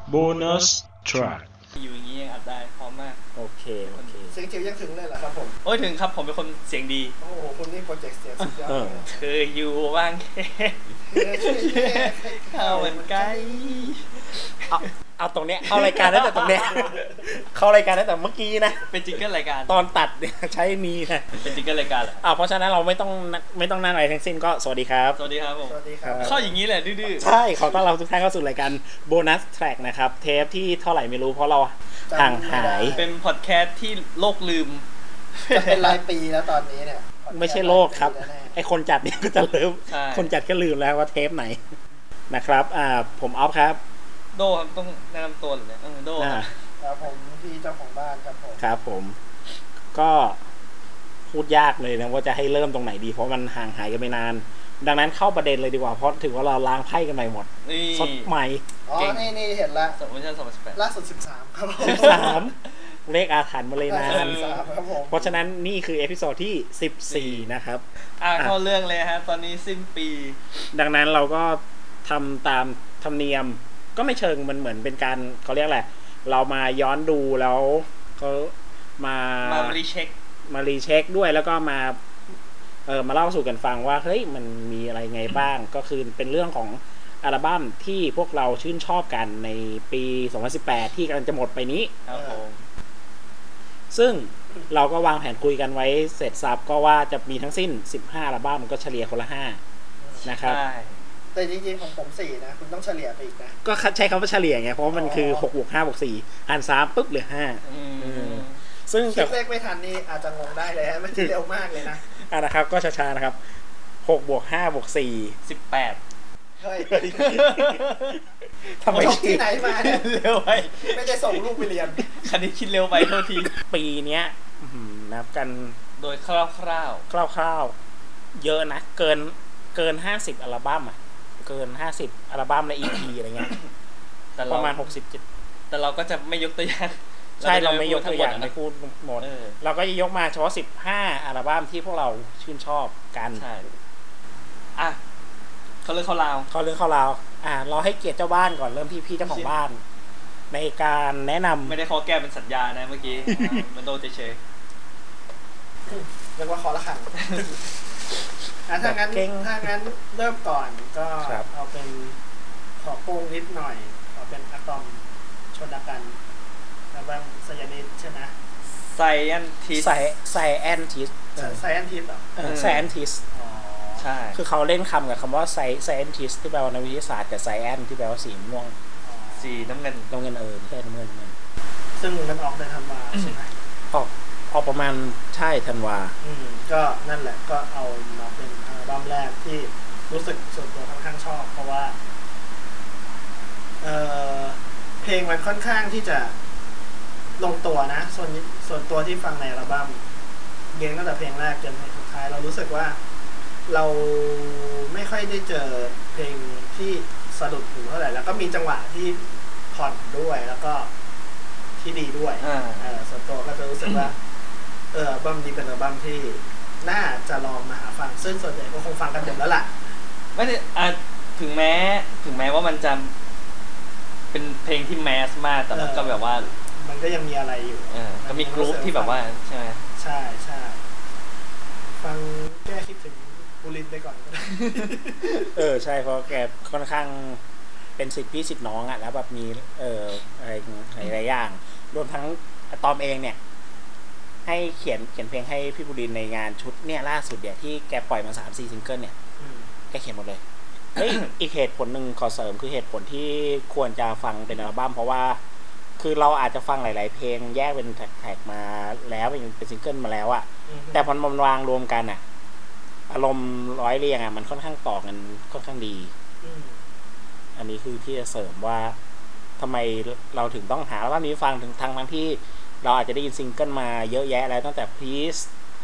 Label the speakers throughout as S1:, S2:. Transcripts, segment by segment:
S1: bonus track
S2: อยู่อย่างนี้ยังอัดได้พร้อมมาก
S3: โอเค
S4: เสียงจิ๋วยังถึงเลยเหรอครับผม
S2: โอ้ยถึงครับผมเป็นคนเสียงดี
S4: โอ้โหคุณนี่โปรเจกต์เสียงสุดยอด
S2: เธออยู่ว่างแค่ข้าวมันไก่
S3: เอาตรงเนี้ยเข้ารายการตั้งแต่ตรงเนี้ยเข้ารายการตั้งแต่เมื่อกี้นะ
S2: เป็นจิงเกิลรายการ
S3: ตอนตัดเนี่ยใช้มีนะ
S2: เป็นจิงเกิลรายการแหละ
S3: เพราะฉะนั้นเราไม่ต้องนั่งอะไรทั้งสิ้นก็สวัสดีครับ
S2: สวัสดีครับผม
S4: สวัสดีครับ
S2: เข้าอย่างนี้แหละดื้อ
S3: ใช่ขอต้อนรับทุกท่านเข้าสู่รายการโบนัสแทร็กนะครับเทปที่เท่าไหร่ไม่รู้เพราะเราห่างหาย
S2: เป็นพอดแคสต์ที่โลกลืม
S4: จะเป็นรายปีแล้วตอนนี้เนี่ย
S3: ไม่ใช่โลกครับไอคนจัดเนี่ยก็จะลืมคนจัดก็ลืมแล้วว่าเทปไหนนะครับผมออฟครับ
S2: โดครับต้องแนะนำตัวเลยโด
S4: ครับผมพี่เจ้าของบ้านครับผม
S3: ครับผมก็พูดยากเลยนะว่าจะให้เริ่มตรงไหนดีเพราะมันห่างหายกันไปนานดังนั้นเข้าประเด็นเลยดีกว่าเพราะถือว่าเราล้างไพ่กันใหม่หมดสดใหม่
S4: อ๋อนี่เห็นละ
S2: 2018
S4: ล่าสุด13ครับ
S3: 13เลขอาถรรพ์มาเลยนานเพราะฉะนั้นนี่คือเอพิโซดที่14นะครับ
S2: เข้าเรื่องเลยฮะตอนนี้สิ้นปี
S3: ดังนั้นเราก็ทำตามธรรมเนียมก็ไม่เชิงมันเหมือนเป็นการเขาเรียกอะไรเรามาย้อนดูแล้วเขามา
S2: รีเ
S3: ช็คด้วยแล้วก็มาเล่าสู่กันฟังว่าเฮ้ยมันมีอะไรไงบ้างก็คือเป็นเรื่องของอัลบั้มที่พวกเราชื่นชอบกันในปี2018ที่กำลังจะหมดไปนี้
S2: ครับผม
S3: ซึ่งเราก็วางแผนคุยกันไว้เสร็จสับก็ว่าจะมีทั้งสิ้น15อัลบั้มก็เฉลี่ยคนละ5นะครับ
S4: แต่จริงๆของผม4นะคุณต้องเฉลี่ยไปอีกนะ
S3: ก็ใช้คำว่าเฉลี่ยไงเพราะมันคือ6 บวก 5 บวก 4หาร3ปุ๊บเหลือ5ซึ่ง
S4: คิดเลขไม่ทันนี่อาจจะงงได้เลยฮะไม่เร็วมากเลยนะ
S3: นะครับก็ช้าๆนะครับ6 บวก 5 บวก 4
S2: 18
S4: เฮ้ย
S3: ทำไม
S4: ที่ไหนมาเนี่ย
S2: เร็วไป
S4: ไม่ได้ส่งลูกไปเรียน
S2: คณิตคิดเร็วไปโทษที
S3: ปีเนี้ยนับกัน
S2: โดยคร่าว
S3: ๆเยอะนะเกิน50อัลบั้มอ่ะเกิน50อัลบั้มและ EP อะไรเงี้ยประมาณ67
S2: แต่เราก็จะไม่ยกตัวอย่าง
S3: ใช่เราไม่ยกตัวอย่างไม่พูดหมดเราก็จะยกมาเฉพาะ15อัลบั้มที่พวกเราชื่นชอบกัน
S2: ใช่เขาเรื่องเขาราว
S3: เราให้เกียรติเจ้าบ้านก่อนเริ่มที่พี่เจ้าของบ้านในการแนะนำ
S2: ไม่ได้ขอแก้เป็นสัญญานะเมื่อกี้มันโดนเฉย
S4: ๆเรียกว่าขอละขันถ้างั้นเริ่มก่อนก็เอาเป็นขอโป้งนิดหน่อยเอาเป็นอะตอมชนกันแบบไซยานิดใช่ไหม
S2: ไซแอนทิส
S3: เหรอไซแอนทิสใช่คือเขาเล่นคำกับคำว่าไซแอนทิสที่แปลว่านักวิทยาศาสตร์กับไซแอนที่แปลว่าสีม่วง
S2: สีน้ำเงิน
S3: ไม่ใช่น้ำเงิน
S4: ซึ่งมันออกในธันวาใช่ไหม
S3: ออกประมาณใช่ธันวา
S4: ก็นั่นแหละก็เอามาเป็นอัลบั้มแรกที่รู้สึกส่วนตัวค่อนข้างชอบเพราะว่าเพลงมันค่อนข้างที่จะลงตัวนะส่วนตัวที่ฟังในอัลบั้มเรียงตั้งแต่เพลงแรกจนเพลงสุดท้ายเรารู้สึกว่าเราไม่ค่อยได้เจอเพลงที่สะดุดหูเท่าไหร่แล้วก็มีจังหวะที่ผ่อนด้วยแล้วก็ที่ดีด้วยส่วนตัวก็จะรู้สึกว่าอัลบั้มนี้เป็นอัลบั้มที่น่าจะลองมาหาฟังซึ่งส่วนใหญ่ก็คงฟังกันหมดแล้วล่ะ
S2: ไม่ได้ถึงแม้ว่ามันจะเป็นเพลงที่แมสมากแต่มันก็แบบว่า
S4: มันก็ยังมีอะไรอยู่
S2: ก็มีกรุ๊ปที่แบบว่าใช่ไหม
S4: ใช่ฟังแก้คิดถึงบุรินทร์ไปก่อนก็ได้
S3: ใช่เพราะแกค่อนข้างเป็นสิทธิ์พี่สิทธิ์น้องอ่ะแล้วแบบมีอะไรหลายอย่างรวมทั้งอะตอมเองเนี่ยให้เขียนเพลงให้พี่บุรินทร์ในงานชุดเนี่ยล่าสุดเนี่ยที่แกปล่อยมา 3-4 ซิงเกิลเนี่ยแกเขียนหมดเลยอีกเหตุผลนึงขอเสริมคือเหตุผลที่ควรจะฟังเป็นอัลบั้มเพราะว่าคือเราอาจจะฟังหลายๆเพลงแยกเป็นแท็กมาแล้วเป็นซิงเกิลมาแล้วอ่ะแต่พอมันวางรวมกันอ่ะอารมณ์ร้อยเรียงอ่ะมันค่อนข้างต่อกันค่อนข้างดีอันนี้คือที่จะเสริมว่าทำไมเราถึงต้องหาอัลบั้มนี้ฟังถึงทั้งที่เราอาจจะได้ยินซิงเกิลมาเยอะแยะแล้วตั้งแต่ Please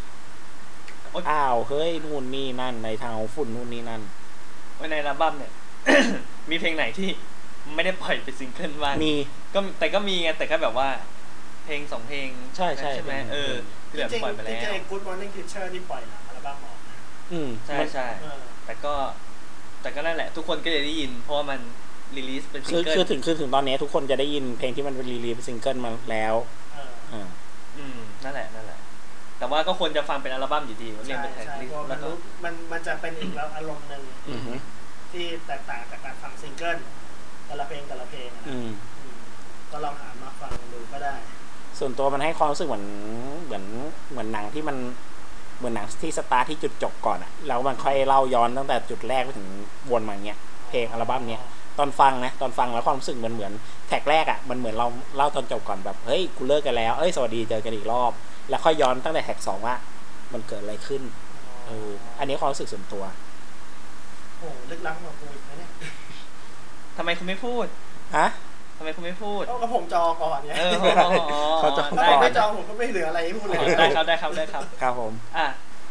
S3: เฮ้ยนู่นนี่นั่นในทางของฝุ่นนู่นนี่นั่น
S2: ในอัลบั้มเนี่ย มีเพลงไหนที่ไม่ได้ปล่อยเป็นซิงเกิลบ้าง
S3: มี
S2: แต่ก็มีไงแต่ก็แบบว่าเพลง2เพลง
S3: ใช่
S2: ไหมที่แบบปล่อยไปแล้ว
S4: จริงๆ Good Morning Teacher ที่ปล่อยอัลบั้มออกนะ
S2: ใช่แต่ก็นั่นแหละทุกคนก็จะได้ยินเพราะว่ามันรีลีสเป็นซิง
S3: คือ
S2: เกิล
S3: คือถึงตอนนี้ทุกคนจะได้ยินเพลงที่มันเป็นรีลีสเป็นซิงเกิลมาแล้ว
S4: เออ
S3: อ่า
S2: นั่นแหละแต่ว่าก็ควรจะฟังเป็นอัลบั้มอยู่ดีว่าเรียก
S4: ใช่
S2: เป็นแท็ก
S4: ใช่
S2: ลิส
S4: เพราะ
S2: ต์
S4: มั
S2: แล้
S4: น
S2: วก็
S4: รู้มันจะเป็นอีกแล้วอารมณ์หนึ่ง
S3: อือฮึ
S4: ที่แตกต่างจากการฟังซิงเกิลแต่ละเพลงอะนะ
S3: อืม
S4: ก็ลองหามาฟังดูก็ได้
S3: ส่วนตัวมันให้ความรู้สึกเหมือนหนังที่มันเหมือนหนังที่สตาร์ทที่จุดจบก่อนอะแล้วมันค่อยเล่าย้อนตั้งแต่จุดแรกไปถึงวนมาเงี้ยเพลงอัลบั้มเนี้ยตอนฟังแล้วความรู้สึกเหมือนแท็กแรกอะมันเหมือนเราเล่าตอนจบก่อนแบบเฮ้ยกูเลิกกันแล้วเอ้ยสวัสดีเจอกันอีกรอบแล้วค่อยย้อนตั้งแต่แท็กสองว่ามันเกิดอะไรขึ้นอันนี้ความรู้สึกส่วนตัว
S4: โอ้ลึกล้ำกว่ากูอีกนะเนี่ย
S2: ทำไมคุณไม่พูด
S3: ฮะ
S2: ทำไมคุณไม่พูด
S4: ก็ผมจองก่อนเนี่ย
S3: เขาจอง
S4: ถ้า
S2: ได้
S4: ผมไม่จองผมก็ไม่เหลืออะไรให้พูดเลย
S2: ได้ครับได้ครับ
S3: ครับผม
S2: อ่ะ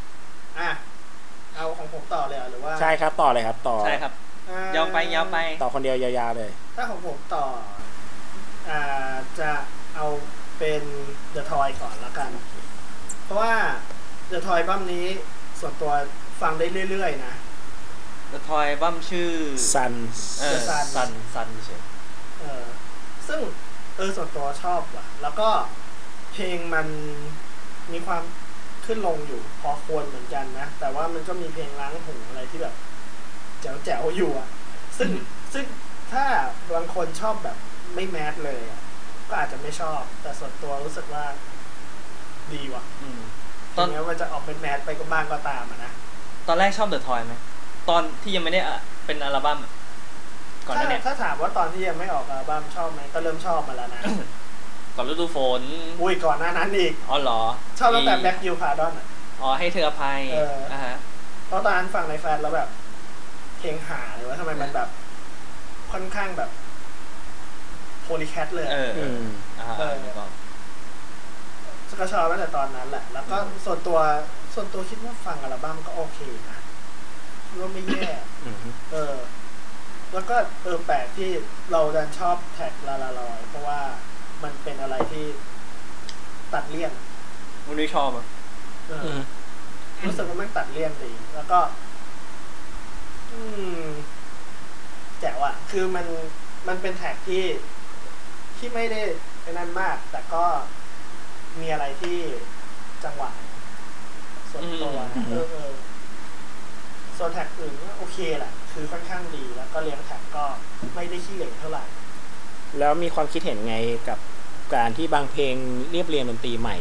S4: เอาของผมต่อเลยหรือว่า
S3: ใช่ครับต่อเลยครับต่อ
S2: ใช่ครับยาวไป
S3: ต่อคนเดียวยาวๆเลย
S4: ถ้าของผมต่อจะเอาเป็น The Toy ก่อนละกัน เพราะว่า The Toy บั้มนี้ส่วนตัวฟังได้เรื่อยๆนะ
S2: The Toy บั้มชื่อ
S3: Sun
S2: ซันเฉย
S4: ซึ่งส่วนตัวชอบว่ะ แล้วก็เพลงมันมีความขึ้นลงอยู่พอควรเหมือนกันนะ แต่ว่ามันก็มีเพลงล้างหูอะไรที่แบบแจ๋วๆอยู่อ่ะ ซึ่งถ้าบางคนชอบแบบไม่แมสเลยอ่ะก็อาจจะไม่ชอบ แต่ส่วนตัวรู้สึกว่าดีว่ะ
S2: ตอน
S4: ถึงแม้ว่าจะออกเป็นแมสไปก็บ้างก็ตามอ่ะนะ
S2: ตอนแรกชอบ The Toy ไหมตอนที่ยังไม่ได้เป็นอัลบั้มก่อนหน้านี้
S4: ถ้าถามว่าตอนที่ยังไม่ออกอัลบั้มชอบไหมก็เริ่มชอบมาแล้วนะ
S2: ก่อนฤดูฝน
S4: อุ้ยก่อนหน้านั้นอีก
S2: อ๋อเหรอ
S4: ชอบตั้งแต่แบ็คยูคาร์ดอนอ่ะ
S2: อ๋อให้เธออภัยฮะ
S4: เพราะตอนนั้นฟังในแฟนแล้วแบบเพลงหาเลยว่าทำไมมันแบบค่อนข้างแบบโพลีแคทเลยก็ชอบตั้งแต่ตอนนั้นแหละ แล้วก็ส่วนตัวคิดว่าฟังอัลบั้มก็โอเคนะก็ไม่แย่แล้วก็แปลกที่เราดันชอบแท็กลาลอยเพราะว่ามันเป็นอะไรที่ตัดเลี่ยน
S2: วันนี้ชอบอ่ะ
S4: รู้สึกว่ามันตัดเลี่ยนดี แล้วก็แจ๋วอ่ะคือมันเป็นแท็กที่ไม่ได้เป็นนั่นมาก แต่ก็มีอะไรที่จังหวะส่วนตัวส่วนแท็กอื่นก็โอเคแหละคือค่อนข้างดีแล้วก็เรียงแท็กก็ไม่ได้ขี้เหร่เท่าไหร่
S3: แล้วมีความคิดเห็นไงกับการที่บางเพลงเรียบเรียงดนตรีใหม่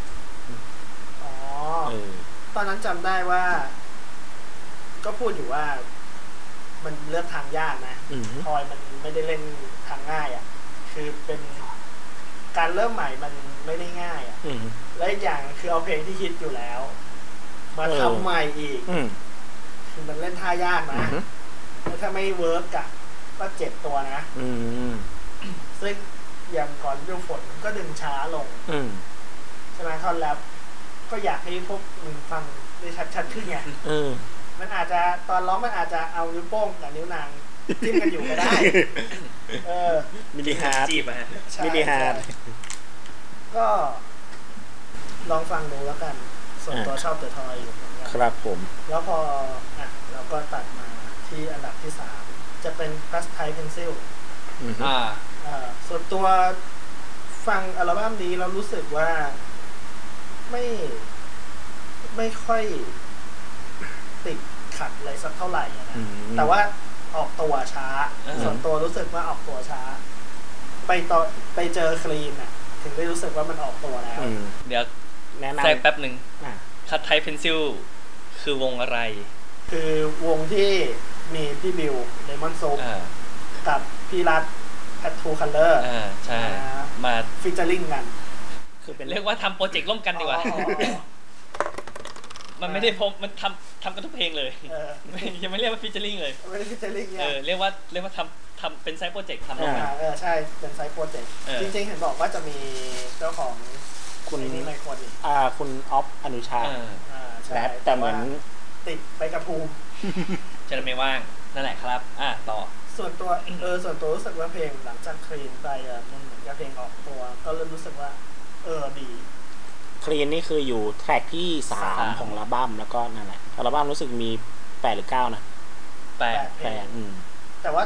S4: ตอนนั้นจำได้ว่าก็พูดอยู่ว่ามันเลือกทางยากนะทอยมันไม่ได้เล่นทางง่ายอ่ะคือเป็นการเริ่มใหม่มันไม่ได้ง่ายอ่ะและอีกอย่างคือเอาเพลงที่ฮิตอยู่แล้วมาทำใหม่อีกคือมันเล่นท่ายากนะแล้วถ้าไม่เวิร์กอ่ะก็เจ็บตัวนะซึ่งอย่างก่อนฤดูฝนก็ดึงช้าลงใช่ไหมท่อนแรปก็อยากให้พวกมึงฟังได้ชัดๆขึ้นไงมันอาจจะตอนร้องมันอาจจะเอานิ้วโป้งกับนิ้วนางจิ้มกันอยู่ก็ได้
S3: มินิฮาร์ด
S2: จีบอะฮะ
S3: มินิฮาร์ด
S4: ก็ลองฟังดูแล้วกันส่วนตัวชอบเดอะทอยอยู่
S3: ครับผม
S4: แล้วพอเราก็ตัดมาที่อันดับที่3จะเป็น Pastime Pencil ส่วนตัวฟังอัลบั้มนี้เรารู้สึกว่าไม่ค่อยติดขัดอะไรสักเท่าไหร่นะแต่ว่าออกตัวช้าส่วนตัวรู้สึกว่าออกตัวช้าไปเจอคลีนอ่ะถึงได้รู้สึกว่ามันออกตัวแล้ว
S2: เดี๋ยวแทรกแป๊บหนึ่งคัทไทเพนซิลคือวงอะไร
S4: คือวงที่มีพี่บิวเลมอนโซฟกับพี่รัฐแพททูคัลเลอร์
S2: ใช่มา
S4: ฟิชเจอริ่งกัน
S2: คือเป็นเรียกว่าทำโปรเจกต์ร่วมกันดีกว่ามันไม่ได้พบมันทำกันทุกเพลงเลยยังไม่เรียกว่าฟิชเจอริ่งเลย
S4: ไม่ได้ฟิชเจอริ่ง
S2: เรียกว่าทำเป็นไซต์โปรเจกต์ทำร่วมกัน
S4: ใช่เป็นไซต์โปรเจกต์จริงๆเห็นบอกว่าจะมีเจ้าของ
S3: คุณ
S4: นี่ไม่คน
S3: คุณออฟอนุชา
S4: แรป
S3: แต่เหมือน
S4: ติดไปกับภูมิ
S2: จะไม่ว่างนั่นแหละครับต่อ
S4: ส่วนตัวรู้สึกว่าเพลงหลังจากคลีนไปมันเหมือนกับเพลงออกตัวก็เริ่มรู้สึกว่าดี
S3: คลีนนี่คืออยู่แทร็กที่3ของอัลบั้มแล้วก็นั่นแหละอัลบั้มรู้สึกมี8หรือ9นะ8
S4: แต่ว่า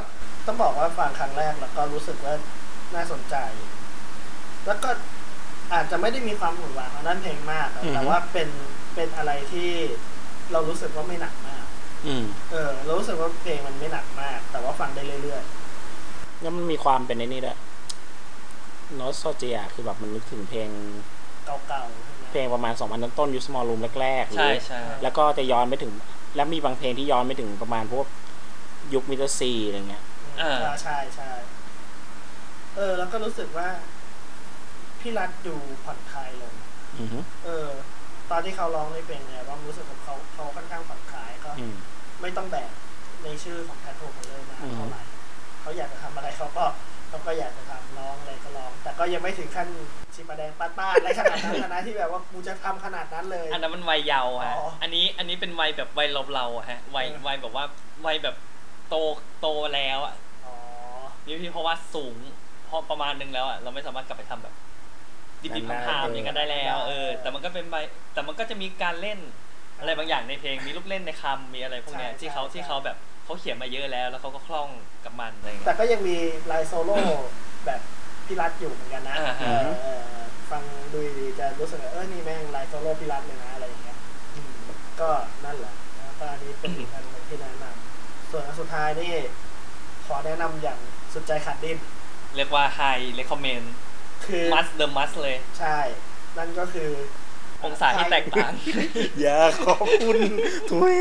S4: ต้องบอกว่าฟังครั้งแรกแล้วก็รู้สึกว่าน่าสนใจ แล้วก็อาจจะไม่ได้มีความหวือหวาทางด้านเพลงมากแต่ว่าเป็นอะไรที่เรารู้สึกว่าไม่หนักมากเรารู้สึกว่าเพลงมันไม่หนักมาก แต่ว่าฟังได้เรื่อย
S3: ๆแล้วมันมีความเป็นในนี้ด้วยโนสโซเจียคือแบบมันนึกถึงเพลง
S4: เก่า
S3: ๆเพลงประมาณ2000ต้นๆยูสมอลรูมแรกๆ
S2: ใช่ใช่
S3: แล้วก็จะย้อนไปถึงแล้วมีบางเพลงที่ย้อนไปถึงประมาณพวกยุคมิสเตอร์ซีอะไรเงี้ย
S4: ใช่ใช่แล้วก็รู้สึกว่าพี่รัฐดูผ่อนคลายลงตอนที่เขาร้องในเพลงเนี่ยว่ารู้สึกว่าเขาค่อนข้างผ่อนคลายก็ไม่ต้องแบกในชื่อของแพทโทเขาเลยมาเท่าไหร่เขาอยากจะทำอะไรเขาก็อยากจะทำร้องอะไรก็ร้องแต่ก็ยังไม่ถึงขั้นชิปะแดงป้าอะไรขนาดนั้นนะที่แบบว่ากูจะทำขนาดนั้นเลย
S2: อันนั้นมันวัยเยาว์ฮะอันนี้เป็นวัยแบบวัยเราฮะวัยแบบว่าวัยแบบโตแล้วอ่ะนี่เพราะว่าสูงพอประมาณนึงแล้วอ่ะเราไม่สามารถกลับไปทำแบบดิบๆพามอย่างนั้นได้แล้วแต่มันก็เป็นแต่มันก็จะมีการเล่นอะไรบางอย่างในเพลงมีลูกเล่นในคำมีอะไรพวกนี้ที่เขาแบบเขาเขียนมาเยอะแล้วเขาก็คล่องกับมันอะไรอย่างเงี้ย
S4: แต่ก็ยังมีไลน์โซโล่แบบพี่รัฐอยู่เหมือนกันนะฟังดูดีจะรู้สึกว่านี่แม่งไลน์โซโล่พี่รัฐเลยนะอะไรอย่างเงี้ยก็นั่นแหละตอนนี้เป็นอันนึงที่แนะนำส่วนอันสุดท้ายนี่ขอแนะนำอย่างสุดใจขาดดิ้น
S2: เรียกว่า high recommend
S4: คือ
S2: must เลย
S4: ใช่นั่นก็คือ
S2: องศาที่แตกต่าง
S3: อย่าขอบคุณทุย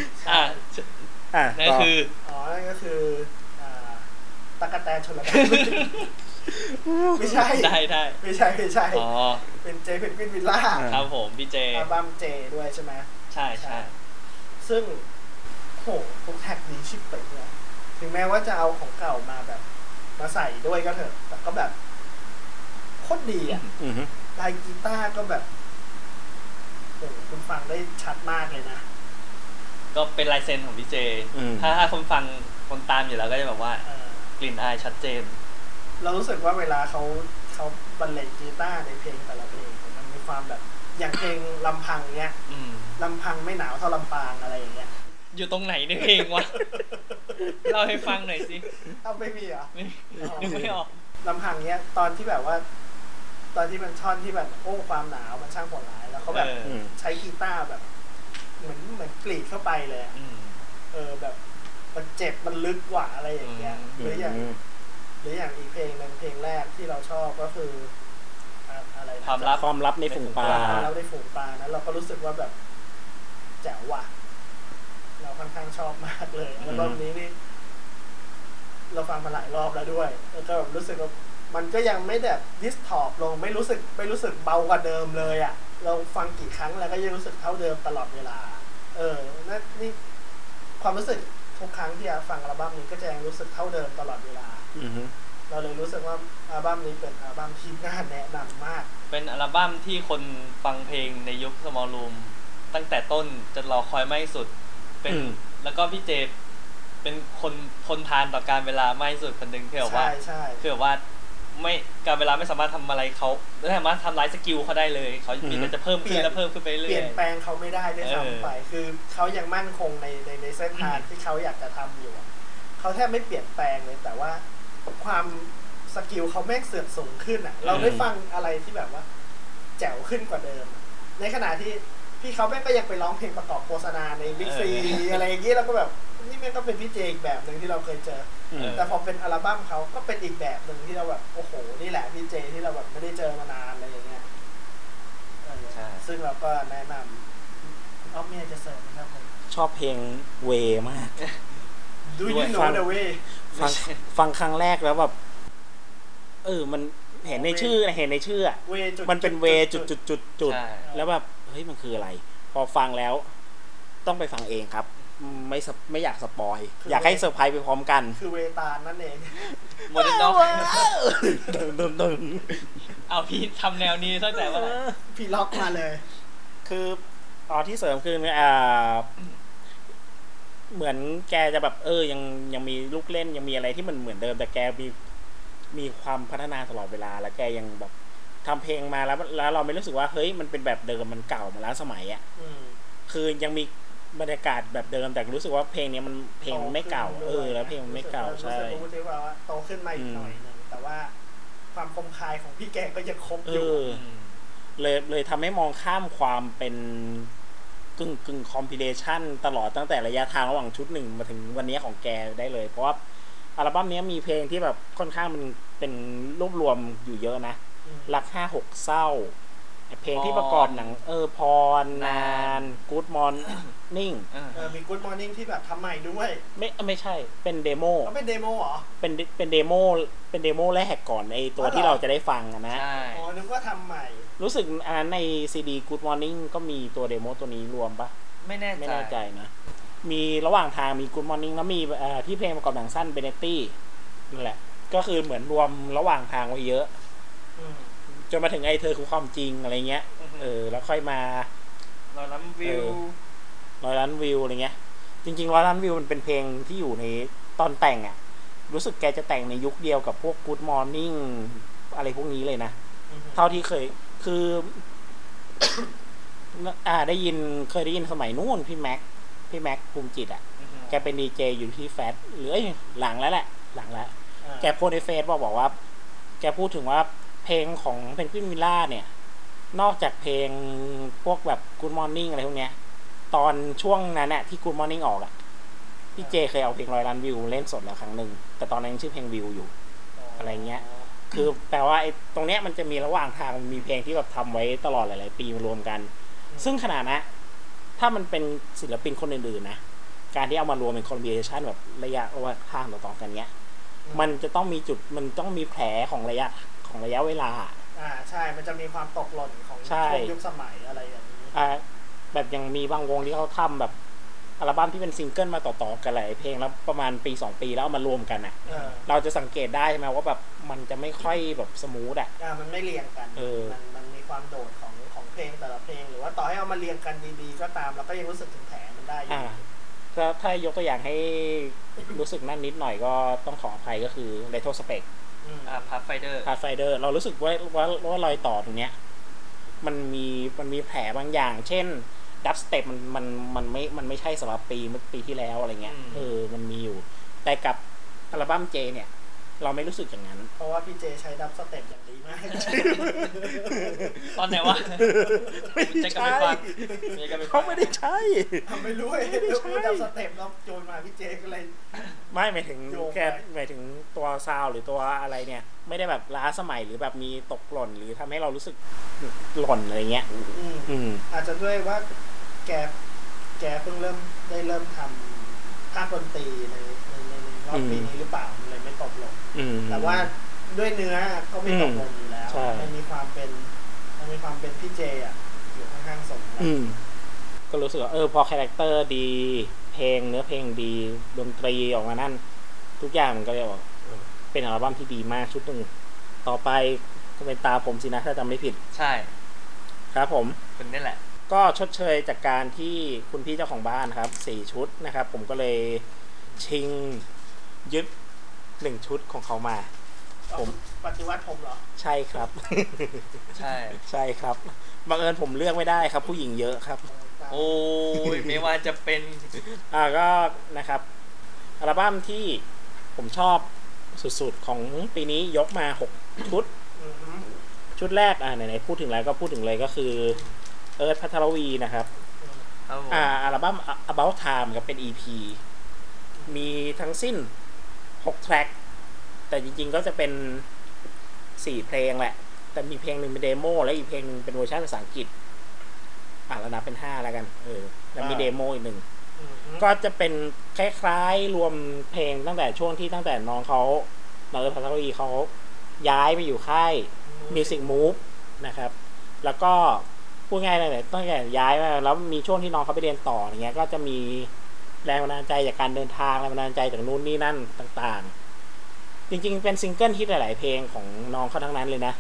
S2: นั่นคือ
S4: นั่นก็คือตั๊กแตนชลดาไม่ใช่
S2: ได้
S4: ไม่ใช่เป็นเจเพนกวินวิลล่า
S2: ครับผมพี่เจ
S4: อัลบั้มเจด้วยใช่ไหม
S2: ใช่
S4: ซึ่งโหทุกแท็กดีชิบไปเลยถึงแม้ว่าจะเอาของเก่ามาแบบมาใส่ด้วยก็เถอะแต่ก็แบบโคตรดีอ่ะลายกีตาร์ก็แบบโอ้คุณฟังได้ชัดมากเลยนะ
S2: ก็เป็นลายเซ็นของพี่เจถ้าคนฟังคนตามอยู่แล้วก็จะแบบว่ากลิ่นอายชัดเจน
S4: เรารู้สึกว่าเวลาเขาบรรเลงกีตาร์ในเพลงแต่ละเพลงมันมีความแบบอย่างเพลงลำพังเนี้ยลำพังไม่หนาวเท่าลำปางอะไรอย่างเงี้ย
S2: อยู่ตรงไหนในเพลงวะเล่าให้ฟังหน่อยสิ
S4: ไม่มีเหรอ
S2: ไม่ออก
S4: ลำพังเนี้ยตอนที่แบบว่าตอนที่มันท่อนที่แบบโอ้ความหนาวมันช่างโหดร้ายแล้วเขาแบบใช้กีตาร์แบบเหมือนกรีดเข้าไปเลยแบบมันเจ็บมันลึกกว่าอะไรอย่างเงี้ยหรืออย่างอีกเพลงนึงเพลงแรกที่เราชอบก็คืออะไร
S3: ความลับในฝูงปลา
S4: แล้วในฝูงปลานะเราก็รู้สึกว่าแบบแจ๋วว่ะเราค่อนข้างชอบมากเลยแล้วรอบนี้นี่เราฟังมาหลายรอบแล้วด้วยแล้วก็แบบรู้สึกว่ามันก็ยังไม่แบบดิสทอปลงไม่รู้สึกเบากว่าเดิมเลยอ่ะเราฟังกี่ครั้งแล้วก็ยังรู้สึกเท่าเดิมตลอดเวลานี่ความรู้สึกทุกครั้งที่ฟังอัลบั้มนี้ก็จะยังรู้สึกเท่าเดิมตลอดเวลาเราเลยรู้สึกว่าอัลบั้มนี้เป็นอัลบั้มที่น่าแนะนำมาก
S2: เป็นอัลบั้มที่คนฟังเพลงในยุค Small Room ตั้งแต่ต้นจนรอคอยไม่สุดเป็นแล้วก็พี่เจเป็นคนทนทานต่อการเวลาไม่สุดคนนึงที่แบบว่าคือแบบว่าไม่การเวลาไม่สามารถทำอะไรเขาไม่สามารถทำลายสกิลเขาได้เลยเขามีแต่จะเพิ่มขึ้นและเพิ่มขึ้นไปเรื่อย
S4: เปลี่ยนแปลงเขาไม่ได้ด้วยซ้ำไปคือเขายังมั่นคงในเส้นทางที่เขาอยากจะทำอยู่เขาแทบไม่เปลี่ยนแปลงเลยแต่ว่าความสกิลเขาแม่งเสื่อมสูงขึ้นอ่ะเราได้ฟังอะไรที่แบบว่าแจ๋วขึ้นกว่าเดิมในขณะที่พี่เขาแม่งก็ยังไปร้องเพลงประกอบโฆษณาในบิ๊กซีอะไรอย่างงี้แล้วก็แบบนี่แม่งก็เป็นพี่เจอีกแบบนึงที่เราเคยเจอแต่พอเป็นอัลบั้มเขาก็เป็นอีกแบบนึงที่เราแบบโอ้โหนี่แหละพี่เจที่เราแบบไม่ได้เจอมานานอะไรอย่างเงี้ยซึ่งเราก็แนะนำเมียจะเสริมนะครับผม
S3: ชอบเพลงเวมาก
S4: ดูยูโน่เดอะเว
S3: ฟังครั้งแรกแล้วแบบมันเห็นในชื่ออ่ะมันเป็นเวจุดแล้วแบบเฮ้ยมันคืออะไรพอฟังแล้วต้องไปฟังเองครับไม่อยากสปอยอยากให้เซอร์ไพรส์ไปพร้อมกัน
S4: คือเวตาลนั่นเอง
S2: โมเดิร์นด็อก
S3: ดึง
S2: เอาพี่ทำแนวนี้ตั้งแต่ว่า
S4: พี่ล็อกมาเลย
S3: คือที่เสริมคือเหมือนแกจะแบบยังมีลูกเล่นยังมีอะไรที่มันเหมือนเดิมแต่แกมีความพัฒนาตลอดเวลาแล้วแกยังแบบทำเพลงมาแล้วเราไม่รู้สึกว่าเฮ้ยมันเป็นแบบเดิมมันเก่ามาแล้วสมัยอ่ะคือยังมีบรรยากาศแบบเดิมแต่รู้สึกว่าเพลงนี้มันเพลงไม่เก่าแล้วเพลงมันไม่เก่าใช่
S4: รู้สึกว่าโตขึ้นมาอีกหน่อยนึงแต่ว่าความคมคายของพี่แกก็ยังครบอยู่
S3: เลยทำให้มองข้ามความเป็นกึ่งคอมพิเลชันตลอดตั้งแต่ระยะทางระหว่างชุดหนึ่งมาถึงวันนี้ของแกได้เลยเพราะว่าอัลบั้มนี้มีเพลงที่แบบค่อนข้างมันเป็นรวบรวมอยู่เยอะนะรัก5-6เศร้าเพลงที่ประกอบหนังพรนานกู๊ดมอร์นิ่ง
S4: มีกู๊ดมอร์นิ่งที่แบบทำใหม่ด้วย
S3: ไม่ใช่เป็นเดโม
S4: เป็นเดโมเหรอ
S3: เป็นเดโมแรกก่อนไอตัวที่เราจะได้ฟังนะ
S4: อ๋อนึกว่าทำใหม่
S3: รู้สึกอันนั้นในซีดีกู๊ดมอร์นิ่งก็มีตัวเดโมตัวนี้รวมปะ
S2: ไม่แน่
S3: ใจนะมีระหว่างทางมีกู๊ดมอร์นิ่งแล้วมีที่เพลงประกอบหนังสั้นเบเนตตี้นั่นแหละก็คือเหมือนรวมระหว่างทางไว้เยอะจนมาถึงไอเธอคือความจริงอะไรเงี้ยแล้วค่อยมา
S2: 100 ล้านวิว
S3: 100 ล้านวิวอะไรเงี้ยจริงๆ100 ล้านวิวมันเป็นเพลงที่อยู่ในตอนแต่งอ่ะรู้สึกแกจะแต่งในยุคเดียวกับพวก Good Morning อะไรพวกนี้เลยนะเท่าที่เคยคือ เคยได้ยินสมัยนู้นพี่แม็กภูมิจิตอ่ะแกเป็นดีเจอยู่ที่แฟตหรือหลังแล้วแกโพสในเฟซบอกว่าแกพูดถึงว่าเพลงของเพนกวินวิลล่าเนี่ยนอกจากเพลงพวกแบบ Good Morning อะไรพวกเนี้ยตอนช่วงนั้นน่ะที่ Good Morning ออกอ่ะพี่เจเคยเอาเพลง100 ล้านวิวเล่นสดแล้วครั้งนึงแต่ตอนนั้นยังชื่อเพลงวิวอยู่อะไรเงี้ยคือแปลว่าไอ้ตรงเนี้ยมันจะมีระหว่างทางมีเพลงที่แบบทำไว้ตลอดหลายๆปีมารวมกันซึ่งขนาดนะถ้ามันเป็นศิลปินคนอื่นๆนะการที่เอามารวมเป็นคอมบิเนชันแบบระยะทางต่อๆกันเนี้ยมันจะต้องมีจุดมันต้องมีแผลของระยะเวลา
S4: ใช่มันจะมีความตกหล่นของช่วงยุคสมัยอะไรอย่างนี้
S3: แบบยังมีบางวงที่เขาทำแบบอัลบั้มที่เป็นซิงเกิลมาต่อๆกันหลายเพลงแล้วประมาณปี2ปีแล้วมารวมกันเราจะสังเกตได้ใช่ไหมว่าแบบมันจะไม่ค่อยแบบสมูท
S4: มันไม่เรียงกันมันมีความโดดของเพลงแต่ละเพลงหรือว่าต่อให้เอามาเรียงกันดีๆก็ตามเราก็ยังรู้สึกถึงแผลมันได้อยู่
S3: ถ้ายกตัวอย่างให้รู้สึกนั่นนิดหน่อยก็ต้องขออภัยก็คือ Retrospect
S2: Pathfinder
S3: เรารู้สึกว่ารอยต่อตรงเนี้ยมันมีแผลบางอย่างเช่นดับสเต็ปมันไม่ใช่สำหรับปีที่แล้วอะไรเงี้ยมันมีอยู่แต่กับอัลบั้มเจเนี่ยเราไม่รู้สึกอย่างนั้น
S4: เพราะว่าพี่เจใช้ดับสเต็ปอย่างดีมาก
S2: ตอนไหนวะ
S3: จะกลับไปฟังเขาไม่ได้ใช้
S4: ไม่รู้ดับสเต็ปเราโยนมาพี่เจก็เลย
S3: ไม่หมายถึงแค่หมายถึงตัวซาวหรือตัวอะไรเนี่ยไม่ได้แบบล้าสมัยหรือแบบมีตกหล่นหรือทำให้เรารู้สึกหล่นอะไรเงี้ย
S4: อาจจะด้วยว่าแกเพิ่งเริ่มทำภาคดนตรีในรอบปีนี้หรือเปล่ามันเลยไม่ตกลงแต่ว่าด้วยเนื้อก็ไม่ตกลงอยู่แล้วมันมีความเป็นพี่เจอยู่ค่อนข้างสม
S3: ก็รู้สึกว่าพอคาแรคเตอร์ดีเพลงเนื้อเพลงดีดนตรีออกมานั่นทุกอย่างมันก็เลยบอกเป็นอัลบั้มที่ดีมากชุดหนึ่งต่อไปก็เป็นตาผมสินะถ้าจำไม่ผิด
S2: ใช่
S3: ครับผม
S2: เป็นนี่แหละ
S3: ก็ชดเชยจากการที่คุณพี่เจ้าของบ้านครับ4ชุดนะครับผมก็เลยชิงยึด1ชุดของเขามา
S4: ผมปฏิวัติผมเหรอ
S3: ใช่ครับใช่ครับบังเอิญผมเลือกไม่ได้ครับผู้หญิงเยอะครับ
S2: โอ้ยไม่ว่าจะเป็น
S3: ก็นะครับอัลบั้มที่ผมชอบสุดๆของปีนี้ยกมา6ชุดแรกไหนๆพูดถึงแล้วก็พูดถึงเลยก็คือเอิร์ธภัทรวีนะครับอัลบั้ม About Time ครับเป็น EP มีทั้งสิ้น6แทร็กแต่จริงๆก็จะเป็น4เพลงแหละแต่มีเพลงนึงเป็นเดโมและอีกเพลงนึงเป็นเวอร์ชันภาษาอังกฤษแล้วนับเป็น5แล้วกันแล้วมีเดโมอีก1ก็จะเป็นคล้ายๆรวมเพลงตั้งแต่ช่วงที่ตั้งแต่น้องเอิร์ธภัทรวีเขาย้ายไปอยู่ค่าย Music Move นะครับแล้วก็พูดง่ายเลยตั้งแต่ย้ายมาแล้วมีช่วงที่น้องเขาไปเรียนต่ออย่างเงี้ยก็จะมีแรงบันดาลใจจากการเดินทางแรงบันดาลใจจากนู่นนี่นั่นต่างๆจริงๆเป็นซิงเกิลที่หลายๆเพลงของน้องเขาทั้งนั้นเลยนะ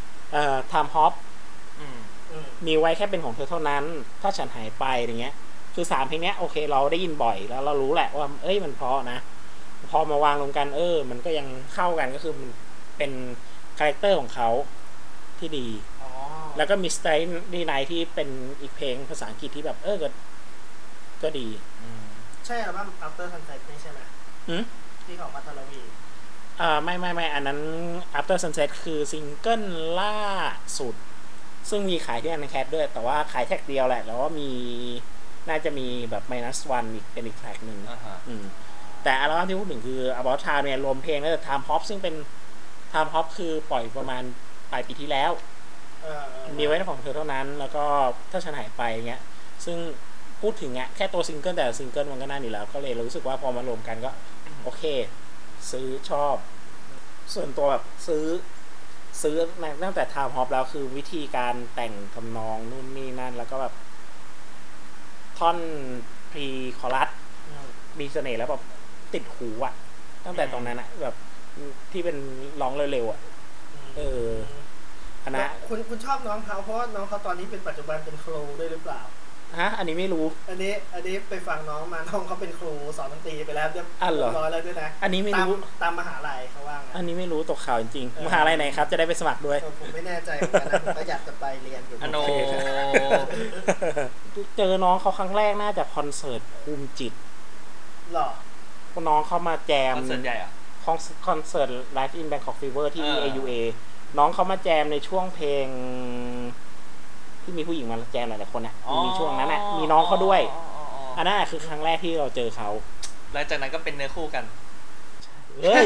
S3: Time Hop มีไว้แค่เป็นของเธอเท่านั้นถ้าฉันหายไปอย่างเงี้ยคือ3เพลงเนี้ยโอเคเราได้ยินบ่อยแล้วเรารู้แหละว่ามันเพราะนะพอมาวางรวมกันมันก็ยังเข้ากันก็คือมันเป็นคาแรคเตอร์ของเขาที่ดีแล้วก็มี Stay the Night ที่เป็นอีกเพลงภาษาอังกฤษที่แบบก็ก็ดี
S4: ใช่อัลบั้ม After Sunset นี่ใช่ไหมที่ของพัทรวี
S3: ไม่อันนั้น After Sunset คือซิงเกิลล่าสุดซึ่งมีขายที่อันแคทด้วยแต่ว่าขายแท็กเดียวแหละแล้วก็มีน่าจะมีแบบ -1 อีกเป็นอีกแท็กหนึ่งแต่อัลบั้มที่พูดถึงคือ About Time เนี่ยรวมเพลงแล้วแต่ Time Hop ซึ่งเป็น Time Hop คือปล่อยประมาณปลายปีที่แล้วมีไว้ในของเธอเท่านั้นแล้วก็ถ้าฉันหายไปเงี้ยซึ่งพูดถึงแค่ตัวซิงเกิลแต่ซิงเกิลมันก็น่าดีแล้วก็เลยรู้สึกว่าพอมารวมกันก็โอเคซื้อชอบส่วนตัวแบบซื้อตั้งแต่ Time Hop แล้วคือวิธีการแต่งทำนองนู่นนี่นั่นแล้วก็แบบท่อนพรีคอรัสมีเสน่ห์แล้วแบบติดหูตั้งแต่ตรงนั้นแบบที่เป็นร้องเร็วๆอันนั้น
S4: คุณชอบน้องเขาเพราะว่าน้องเขาตอนนี้เป็นปัจจุบันเป็นครูด้วยหรือเปล่า
S3: อันนี้ไม่รู้
S4: อันนี้ไปฟังน้องมาน้องเขาเป็นครูสอนดนตรีไปแล้วเรียบร้อยแล้วด้วยนะ
S3: อันนี้ไม่รู้
S4: ตามมหาลัยเขาว่า
S3: อันนี้ไม่รู้ตกข่าวจริงๆมหาลัยไหนครับจะได้ไปสมัครด้วย
S4: ผมไม่แน่ใจเหมือนกันนะผมก็อยากจะไปเรียนอยู่
S3: เจอน้องเขาครั้งแรกน่าจะคอนเสิร์ตภูมิจิต
S4: หรอ
S3: น้องเขามาแจม
S2: คอนเสิร์ตใหญ่
S3: คอนเสิร์ต Live in Bangkok Fever ที่ AUA น้องเขามาแจมในช่วงเพลงที่มีผู้หญิงมาแจมหลายๆคนมีช่วงนั้นมีน้องเขาด้วยอันนั้นคือครั้งแรกที่เราเจอเขา
S2: หลังจากนั้นก็เป็นเนื้อคู่กัน
S3: เฮ้ย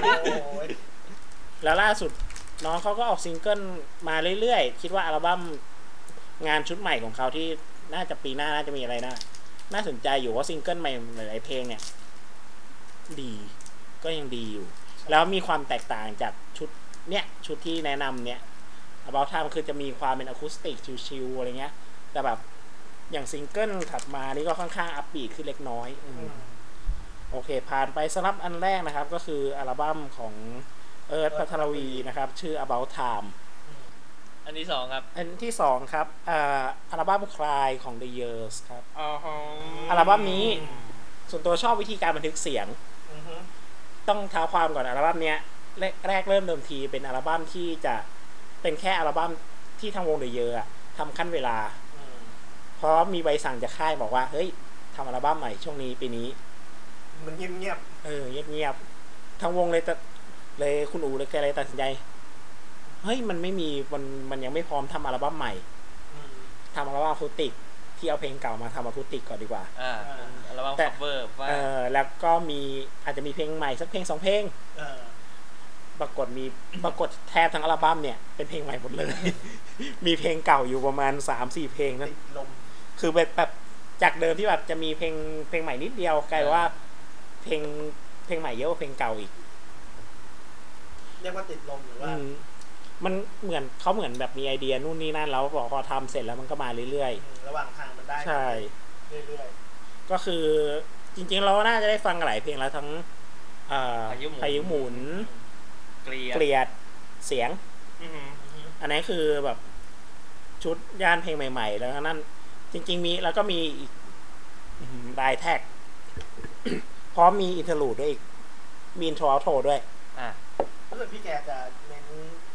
S3: แล้วล่าสุดน้องเขาก็ออกซิงเกิลมาเรื่อยๆคิดว่าอัลบั้มงานชุดใหม่ของเขาที่น่าจะปีหน้าน่าจะมีอะไรน่าสนใจอยู่ว่าซิงเกิลใหม่หลายๆเพลงเนี่ยดีก็ยังดีอยู่แล้วมีความแตกต่างจากชุดที่แนะนำเนี่ยAbout Time คือจะมีความเป็นอะคูสติกชิลๆอะไรเงี้ยแต่แบบอย่างซิงเกิลถัดมานี่ก็ค่อนข้างอัพบีทขึ้นเล็กน้อยโอเคผ่านไปสำหรับอันแรกนะครับก็คืออัลบั้มของเอิร์ธ ภัทรวีนะครับชื่อ About Time
S2: อันที่2ครับ
S3: อันที่2ครับอัลบั้ม Cry ของ The Years ครับอัลบั้มนี้ส่วนตัวชอบวิธีการบันทึกเสียงต้องเท้าความก่อนอัลบั้มเนี้ยแรกเริ่มเดิมทีเป็นอัลบั้มที่จะเป็นแค่อัลบั้มที่ทางวง The Years ทำขั้นเวลาเพราะมีใบสั่งจากค่ายบอกว่าเฮ้ยทำอัลบั้มใหม่ช่วงนี้ปีนี้
S4: มันเงียบ
S3: เงียบทางวงเลยคุณอู๋เลยแกเลยตัดสินใจเฮ้ยมันไม่มีมันยังไม่พร้อมทำอัลบั้มใหม่ทำอัลบั้มอะคูสติกที่เอาเพลงเก่ามาทำอะคูสติกก่อนดีกว่า
S2: อัลบั้มคัฟเวอร์
S3: แล้วก็มีอาจจะมีเพลงใหม่สักเพลง2เพลงปรากฏแทบทั้งอัลบั้มเนี่ยเป็นเพลงใหม่หมดเลย มีเพลงเก่าอยู่ประมาณ 3-4 เพลงนั้นคือแบบจากเดิมที่แบบจะมีเพลงใหม่นิดเดียวกลายว่าเพลงใหม่เยอะกว่าเพลงเก่าอีก
S4: เรียกว่าติดลมหรือว่า
S3: มันเหมือนเขาเหมือนแบบมีไอเดียนู่นนี่นั่นแล้วพอทำเสร็จแล้วมันก็มาเรื่อย
S4: ๆระหว่างทางมันได้
S3: ใช่
S4: เรื่อย
S3: ๆก็คือจริงๆเราน่าจะได้ฟังหลายเพลงแล้วทั้งพายุหมุนเกลียดเสียงอันนี้คือแบบชุดย่านเพลงใหม่ๆแล้วนั่นจริงๆมีแล้วก็มีอีกรายแท็กพร้อมมีอินเทอร์ลูดด้วยอีกมีอินโทรเอาโทรด้วย
S4: รู้สึกพี่แกจะเน้น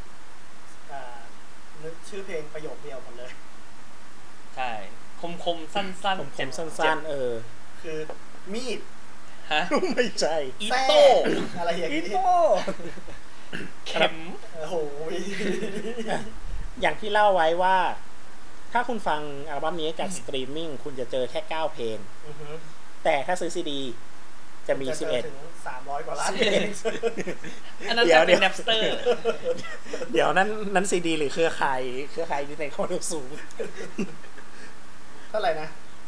S4: นึกชื่อเพลงประโยคเดียวหมดเลย
S2: ใช่คมสั้นๆ
S3: เจ็บสั้นๆ
S4: คือมีด
S3: ไม่ใช่
S2: อีโต้
S4: อะไรอย่างนี้
S3: อีโต้
S2: เข็ม
S4: โอ้โห
S3: อย่างที่เล่าไว้ว่าถ้าคุณฟังอัลบั้มนี้จากสตรีมมิ่งคุณจะเจอแค่9เพลงแต่ถ้าซื้อซีดีจะมี11
S4: ถึง300กว่าล้านเพลง
S2: อันนั้นจะเป็น Napster
S3: เดี๋ยวนั้นซีดีหรือเครือข่ายที่ในข้อมูลสูง
S4: เท่าไหร่นะ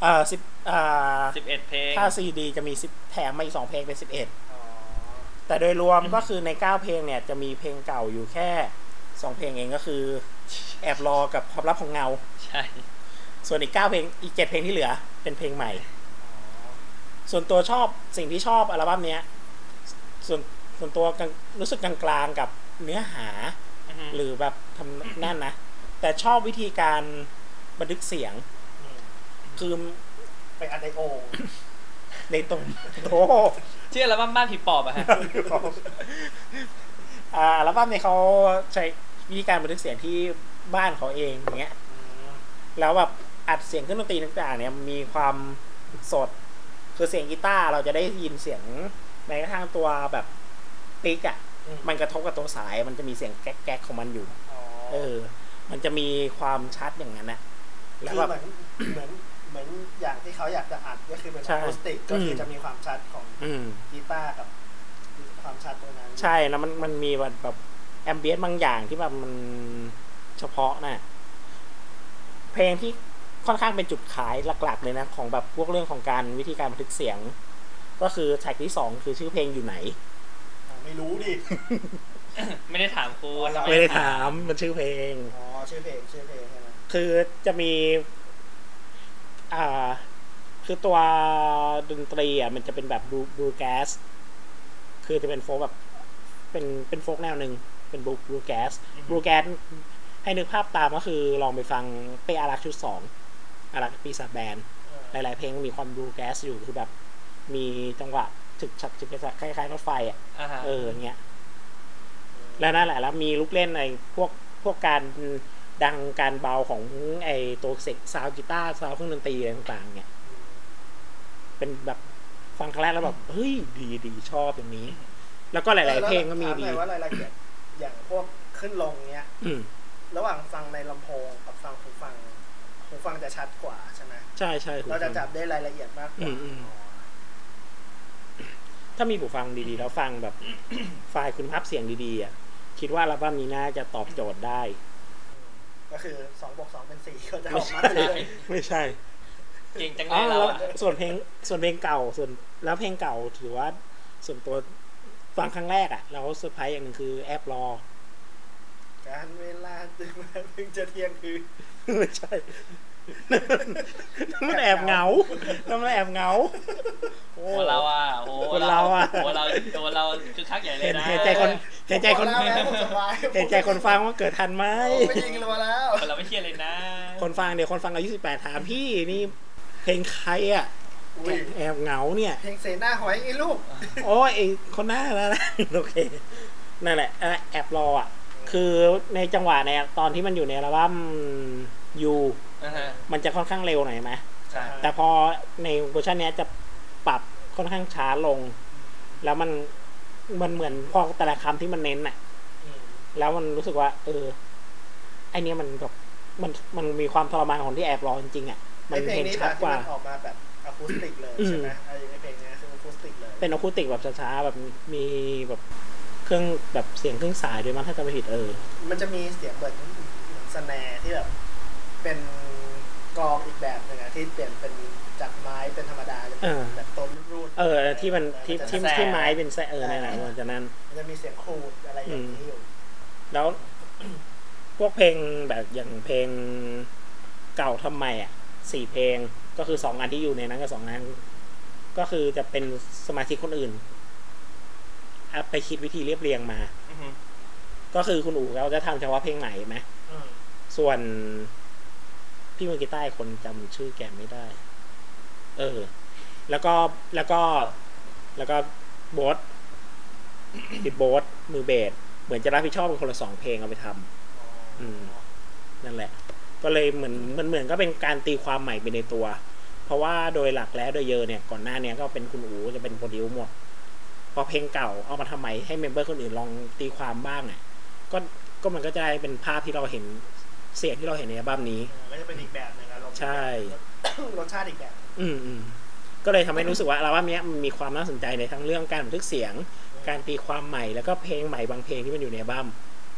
S2: 11เพลง
S3: ถ้าซีดีจะมี10แถมมาอีก2เพลงเป็น11แต่โดยรวมก็คือใน9เพลงเนี่ยจะมีเพลงเก่าอยู่แค่2เพลงเองก็คือแอบรอกับความลับของเงา
S2: ใช่
S3: ส่วนอีก9เพลงอีก7เพลงที่เหลือเป็นเพลงใหม่ส่วนตัวชอบสิ่งที่ชอบอัลบั้มนี้ส่วนตัวรู้สึกกลางๆกับเนื้อหาหรือแบบทำนั่นนะแต่ชอบวิธีการบันทึกเสียงคือ
S4: ไปอัดในโอ่ง
S3: ในตรง
S2: ชื่ออัลบั้มบ้านผีปอบอะฮะ
S3: อัลบั้มเนี่ยเขาใช้วิธีการบันทึกเสียงที่บ้านเขาเองอย่างเงี้ยแล้วแบบอัดเสียงเครื่องดนตรีต่างๆเนี่ยมีความสดคือเสียงกีตาร์เราจะได้ยินเสียงแม้กระทั่งตัวแบบติ๊กอ่ะมันกระทบกับตัวสายมันจะมีเสียงแก๊กๆของมันอยู่มันจะมีความชัดอย่างนั้นนะ
S4: แล้วแบบเหมือนอย่างที่เขาอยากจะอัดก็คือเป็นอะคูสติกก็คือจะมีความชัดของกีตาร์กับความชัดตรงนั้น
S3: ใช่แล้วมันมีแบบแอมเบียนบางอย่างที่แบบมันเฉพาะนะเพลงที่ค่อนข้างเป็นจุดขายหลักๆเลยนะของแบบพวกเรื่องของการวิธีการบันทึกเสียงก็คือแท็กที่2คือชื่อเพลงอยู่ไหน
S4: ไม่รู้ดิ
S2: ไม่ได้ถามคุณ
S3: ไม่ได้ถามมันชื่อเพลง
S4: ชื่อเพลงใช่ไหม
S3: คือจะมีคือตัวดนตรีอ่ะมันจะเป็นแบบบลูแก๊สคือจะเป็นโฟล์แบบเป็นโฟล์แนวหนึ่งเป็นบลูแก๊สให้นึกภาพตามก็คือลองไปฟังเป้อารักชุด2อารักปีศาจแบนหลายๆเพลงมีความบลูแก๊สอยู่คือแบบมีจังหวะถึกฉักคล้ายๆรถไฟอ่ะอย่างเงี้ยแล้วนั่นแหละแล้วมีลูกเล่นในพวกการดังการเบาของไอตัวเซ็กซาวกีตาร์ซาวเครื่องดนตรีอะไรต่างๆเนี่ยเป็นแบบฟังครั้งแรกแล้วแบบเฮ้ยดีชอบอย่างนี้แล้วก็หลายๆเพลงก็มีดี
S4: ว่ารายละเอียดอย่างพวกขึ้นลงเนี้ยระหว่างฟังในลำโพงกับฟังหูฟังจะชัดกว่าใช่ไหม
S3: ใช่
S4: เราจะจับได้รายละเอียดมากกว่า
S3: ถ้ามีหูฟังดีๆแล้วฟังแบบไฟล์คุณภาพเสียงดีๆอ่ะคิดว่าอัลบั้มนี้น่าจะตอบโจทย์ได้
S4: ก็คือ2+2เป็น4ก็จะออกมาเลย
S3: ไม่ใช่
S2: เก่งจังเลยเรา
S3: ส่วนเพลงเก่าแล้วเพลงเก่าถือว่าส่วนตัวฟังครั้งแรกอ่ะเราเซอร์ไพรส์อย่างนึงคือแอบรอ
S4: การเวลาเพิ่งจะเที่ยงคืน
S3: ไม่ใช่มันแอบเหงา
S2: โอ้เราอ่ะโอ้เราคือคักใหญ่เลยนะ
S3: เห็นใจคนฟังว่าเกิดทันไหม
S4: ไม่จริงแล้ว
S2: เราไม่เชื่อเลยนะ
S3: คนฟังอายุ18ถามพี่นี่เพลงใครอ่ะแอบเหงาเนี่ย
S4: เพลงเสนาหอยไอ้ลูก
S3: โอ้ยคนหน้าแล้วนะโอเคนั่นแหละแอบรออ่ะคือในจังหวะในตอนที่มันอยู่ในอัลบั้มยูมันจะค่อนข้างเร็วหน่อยไหมแต่พอในเวอร์ชันนี้จะปรับค่อนข้างช้าลงแล้วมันเหมือนพอแต่ละคำที่มันเน้นน่ะแล้วมันรู้สึกว่าไอเนี้ยมันแบบมันมีความทรมานของที่แอบรอจริงๆอ่ะ
S4: มันเพลงชัดกว่าออกมาแบบอะคูสติกเลยใช่ไหมไอเพลงนี้คืออะคูสติกเลย
S3: เป็นอะคูสติกแบบช้าๆแบบมีแบบเครื่องแบบเสียงเครื่องสายด้วยมั้งถ้าจำไม่ผิด
S4: มันจะมีเสียงเหมือนสแนร์ที่แบบเป็นกลองอีกแบบนึงอะที่เปลี่ยนเป็นจากไม้เป็นธรรมดาจะเป็นแบบต้นรูด
S3: ที่มันที่ไม้เป็นแซ่นั่นแหละมันจะนั้น
S4: มันจะมีเสียงครูดอะไรอย่างนี้อยู่
S3: แล้วพวกเพลงแบบอย่างเพลงเก่าทำไมอ่ะ4เพลงก็คือ2อันที่อยู่ในนั้นกับ2นั้นก็คือจะเป็นสมาชิกคนอื่นไปคิดวิธีเรียบเรียงมาก็คือคุณอู๋เขาจะทำเฉพาะเพลงไหนไหมส่วนพี่มือกีตาร์คนจำชื่อแกไม่ได้แล้วก็โบ๊ทติดโบ๊ทมือเบสเหมือนจะรับผิดชอบเป็นคนละ2เพลงเอาไปทำนั่นแหละก็เลยเหมือนก็เป็นการตีความใหม่ไปในตัวเพราะว่าโดยหลักแล้วโดยเยอะเนี่ยก่อนหน้านี้ก็เป็นคุณอู๋จะเป็นโปรดิวหมดพอเพลงเก่าเอามาทำไมให้เมมเบอร์คนอื่นลองตีความบ้างอ่ะก็มันก็จะเป็นภาพที่เราเห็นเสียงที่เราเห็นในอัลบั้มนี้
S4: ก็จะเป็นอีกแบบนึงอารมณ์
S3: ใช่
S4: รสชาติอีกแบบ
S3: ก็เลยทำให้รู้สึกว่าอัลบั้มนี้มันมีความน่าสนใจในทั้งเรื่องการบันทึกเสียงการตีความใหม่แล้วก็เพลงใหม่บางเพลงที่มันอยู่ในอัลบั้ม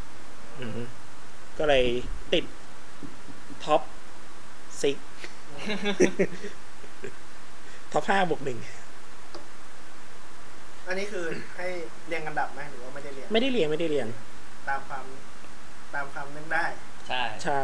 S3: ก็เลยติดท็อป6ท็อป5+1
S4: อันนี้คือให้เรียงอันดับไหมหรือว่าไม่ได้เรียง
S3: ไม่ได้เรียง
S4: ตามความนึกได้
S3: ใช่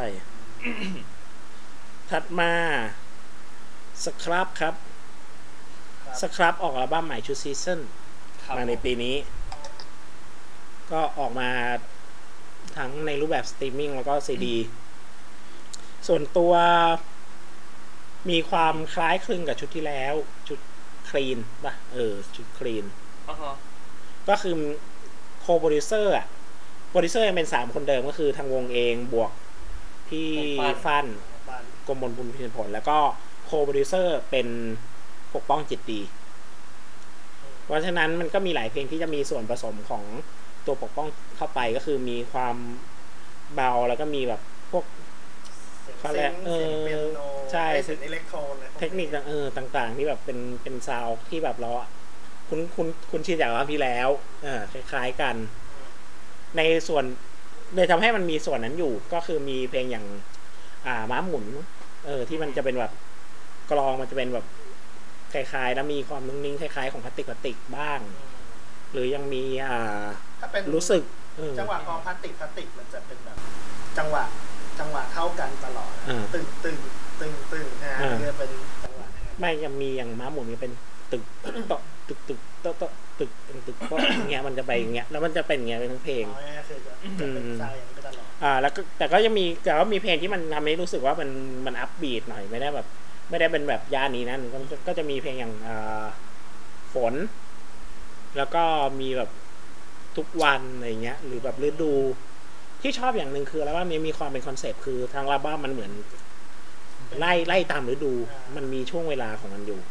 S3: ถัดมาสครับครับสครับออกอัลบั้มใหม่ชุดซีซั่นมาในปีนี้ก็ออกมาทั้งในรูปแบบสตรีมมิ่งแล้วก็ซีดีส่วนตัวมีความคล้ายคลึงกับชุดที่แล้วชุดคลีนป่ะชุดคลีนก็คือโคโปรดิวเซอร์โปรดิวเซอร์ยังเป็น3คนเดิมก็คือทางวงเองบวกพี่ฟันกมลบุญพิมพ์ผลแล้วก็โคโปรดิวเซอร์เป็นปกป้องจิตดีเพราะฉะนั้นมันก็มีหลายเพลงที่จะมีส่วนผสมของตัวปกป้องเข้าไปก็คือมีความเบาแล้วก็มีแบบพวก
S4: เขาเรียกใช่เสียงอิเล็กโทรน
S3: เทคนิคต่างๆที่แบบเป็นซาวด์ที่แบบเราคุณชินจากอัลบั้มที่แล้วคล้ายๆกันในส่วนเลยทำให้มันมีส่วนนั้นอยู่ก็คือมีเพลงอย่างม้าหมุนที่มันจะเป็นแบบกลองมันจะเป็นแบบคล้ายๆแล้วมีความนิ่งๆคล้ายๆของพลาสติกบ้างหรือยังมี
S4: ถ้าเป็น
S3: รู้สึก
S4: จังหวะกลองพลาสติกมันจะเป็นแบบจังหวะเท่ากันตลอดตึงตึงตึงตึงนะจะเป็นจังหวะ
S3: ไม่ยังมีอย่างม้าหมุนมันเป็นตึกตตึกตึกโตตึกตึกก็อย่างเงี้ยมันจะไปอย่างเงี้ยแล้วมันจะเป็นอย่างเงี้ยเป็นทั้งเพลง
S4: จะเป็นซาวอย่างนี้ไปตลอ
S3: ดแล้วแต่ก็ยังมีแต่ว่ามีเพลงที่มันทำให้รู้สึกว่ามันอัพบีทหน่อยไม่ได้เป็นแบบย่านนี้นะก็จะมีเพลงอย่างฝนแล้วก็มีแบบทุกวันอะไรเงี้ยหรือแบบฤดูที่ชอบอย่างหนึ่งคืออัลบั้มนี้มีความเป็นคอนเซปต์คือทางอัลบั้มมันเหมือนไล่ตามฤดูมันมีช่วงเวลาของมันอยู่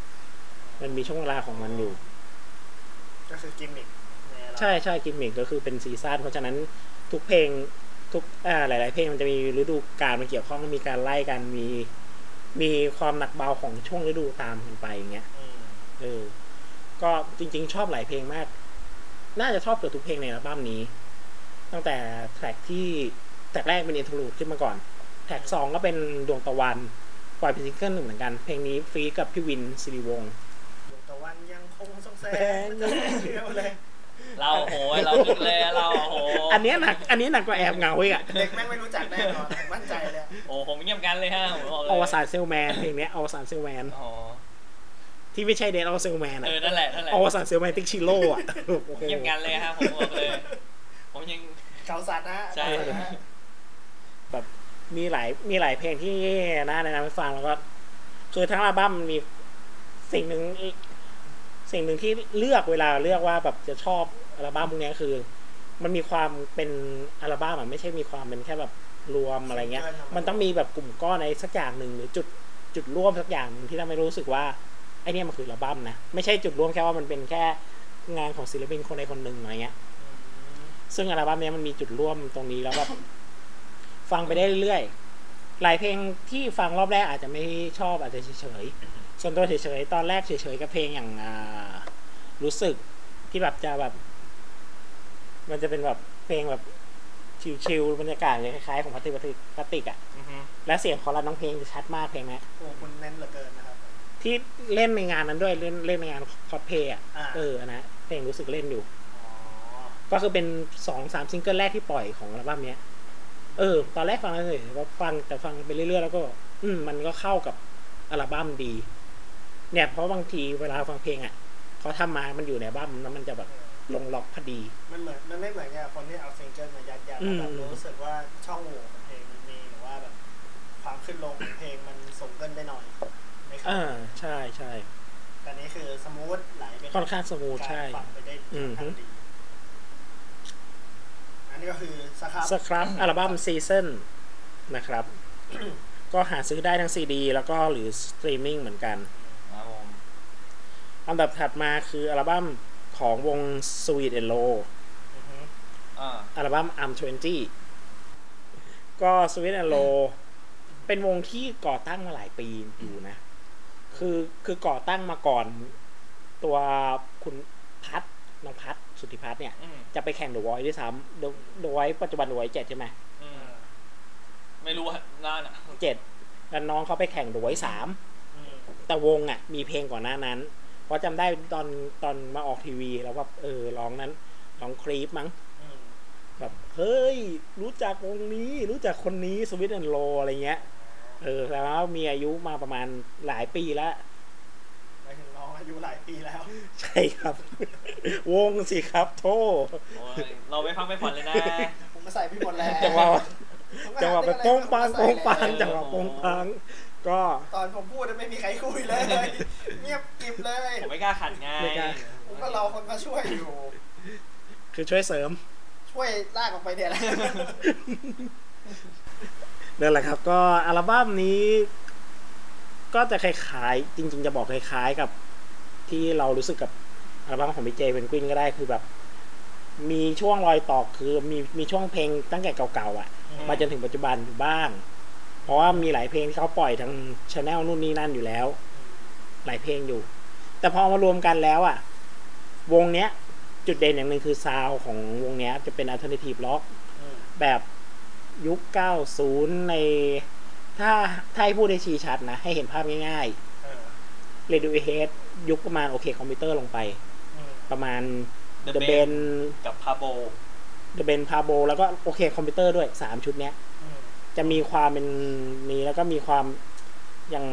S4: ก็คือกิมมิค
S3: ใช่กิมมิคก็คือเป็นซีซั่นเพราะฉะนั้นทุกเพลงหลายๆเพลงมันจะมีฤดูกาลมาเกี่ยวข้องมีการไล่กันมีความหนักเบาของช่วงฤดูตามกันไปอย่างเงี้ยก็จริงๆชอบหลายเพลงมากน่าจะชอบเกือบทุกเพลงในอัลบั้มนี้ตั้งแต่แทร็กแรกเป็นอินโทรลูดขึ้นมาก่อนแทร็ก2ก็เป็นดวงตะวันปล่อยเป็นซิงเกิล1เหมือนกันเพลงนี้ฟรีกับพี่วินศิริวงศ์
S4: ดวงตะวันยังคงส่องแสงเดียวเลย
S2: เราโหยเราลึกเลยเราโห
S3: อันนี้หนักกว่าแอบเงาอีก
S4: เด็กแม่งไม่รู้จักแน่นอนมั่นใจเลย
S2: โอ้ผมเงียบกันเลยฮะผมบอกเลย
S3: อวสานเซลแมนเพลงนี้อวสานเซลแมนที่ไม่ใช่เดนอวสานเซลแมน
S2: นั่นแหละ
S3: อวสานเซลแมนติ๊กชิโร่
S2: เงียบกันเลยฮะผมบอกเลยผมยัง
S4: เขาสัตว์นะ
S2: ใช่
S3: แบบมีหลายเพลงที่น่าแนะนำให้ฟังแล้วก็คือทั้งอัลบั้มมีสิ่งหนึ่งที่เลือกเวลาเลือกว่าแบบจะชอบอัลบั้มพวกนี้คือมันมีความเป็นอัลบั้มไม่ใช่มีความเป็นแค่แบบรวมอะไรเงี้ยมันต้องมีแบบกลุ่มก้อนในสักอย่างหนึ่งหรือจุดร่วมสักอย่างนึงที่ทำให้รู้สึกว่าไอเนี้ยมันคืออัลบั้มนะไม่ใช่จุดร่วมแค่ว่ามันเป็นแค่งานของศิลปินคนใดคนหนึ่งอะไรเงี้ยซึ่งอัลบั้มนี้มันมีจุดร่วมตรงนี้แล้วแบบฟังไปได้เรื่อยๆหลายเพลงที่ฟังรอบแรกอาจจะไม่ชอบอาจจะเฉยๆส่วนตัวเฉยๆตอนแรกเฉยๆกับเพลงอย่างรู้สึกที่แบบจะแบบมันจะเป็นแบบเพลงแบบชิลๆบรรยากาศคล้ายๆของพลาสติกอ่ะและเสียงคอรัสน้องเพลงจะชัดมากเพลงนี้
S4: โอ้คุณเน้นเหลือเกินนะครับ
S3: ที่เล่นในงานนั้นด้วยเล่นในงานคอสเพลย์อ่ะนะเพลงรู้สึกเล่นอยู่ก็คือเป็น 2-3 ซิงเกิลแรกที่ปล่อยของอัลบั้มนี้ตอนแรกฟังเลยว่าฟังไปเรื่อยๆแล้วก็มันก็เข้ากับอัลบั้มดีเนี่ยเพราะบางทีเวลาฟังเพลงอ่ะเขาทำมามันอยู่ในอัลบั้มแล้วมันจะแบบลงล็อกพอดี
S4: มันไม่เหมือนกับคนที่เอาซิงเกิลมายัดแบบรู้สึกว่าช่องโหว่ของเพลงมันมีหรือว่าแบบความขึ้นลงของเพลงมันส่งเกินได้หน่อย
S3: ใช่
S4: แต่นี้คือสมูทไหลไป
S3: ค่อนข้างสมูทใช่
S4: ฟังไปได้ดีอันนี้ก็คือ
S3: สครับอัลบั้มซีซั่นนะครับ ก็หาซื้อได้ทั้งซีดีแล้วก็หรือสตรีมมิ่งเหมือนกันอันดับถัดมาคืออัลบั้มของวง Sweet and Low อัลบั้ม Arm 20ก็ Sweet and Low เป็นวงที่ก่อตั้งมาหลายปีอยู่นะคือก่อตั้งมาก่อนตัวคุณน้องพัดสุทธิพัฒน์เนี่ยจะไปแข่ง The Voice ด้วยซ้ำ The Voice ปัจจุบัน The Voice 7ใช่ไหม
S2: ไม่รู้งาน
S3: 7แล้วน้องเขาไปแข่ง The Voice 3แต่วงอ่ะมีเพลงก่อนหน้านั้นเพราะจำได้ตอนมาออกทีวีแล้วแบบร้องครีปมั้งแบบเฮ้ยรู้จักวงนี้รู้จักคนนี้สวิตแอนด์โลอะไรเงี้ยแล้วมีอายุมาประมาณหลายปีแล้ว
S4: หมายถึงน้องอายุหลายปีแล้ว
S3: ใช่ครับวงสิครับโท
S2: เราไม่พักไม่ผ่อนเลยนะ
S4: ผมมาใส่พี่หมดแล้ว
S3: จังหวะไปโป้งปังจังหวะโป้งปังก็
S4: ตอนผมพูดไม่มีใครคุยเลยเงียบกริบเลย
S2: ผมไม่กล้าขัดไง
S4: ผมก็รอคนมาช่วยอยู่
S3: คือช่วยเสริม
S4: ช่วยลากออกไปเนี่ยแหละ
S3: นั่นแหละครับก็อัลบั้มนี้ก็จะคล้ายๆจริงๆจะบอกคล้ายๆกับที่เรารู้สึกกับอัลบั้มของพี่เจเพนกวินก็ได้คือแบบมีช่วงรอยต่อคือมีช่วงเพลงตั้งแต่เก่าๆอ่ะมาจนถึงปัจจุบันอยู่บ้างเพราะว่ามีหลายเพลงที่เขาปล่อยทางชาแนลนู่นนี่นั่นอยู่แล้วหลายเพลงอยู่แต่พอมารวมกันแล้วอ่ะวงเนี้ยจุดเด่นอย่างหนึ่งคือซาวด์ของวงเนี้ยจะเป็น alternative rock แบบยุค90ในถ้าให้พูดได้ชี้ชัดนะให้เห็นภาพง่ายๆ Radiohead ยุคประมาณโอเคคอมพิวเตอร์ลงไปประมาณ The Ben
S2: กับ Pabo
S3: The Ben Pabo แล้วก็โอเคคอมพิวเตอร์ด้วย3ชุดเนี้ยจะมีความเป็นนี้แล้วก็มีความอย่าง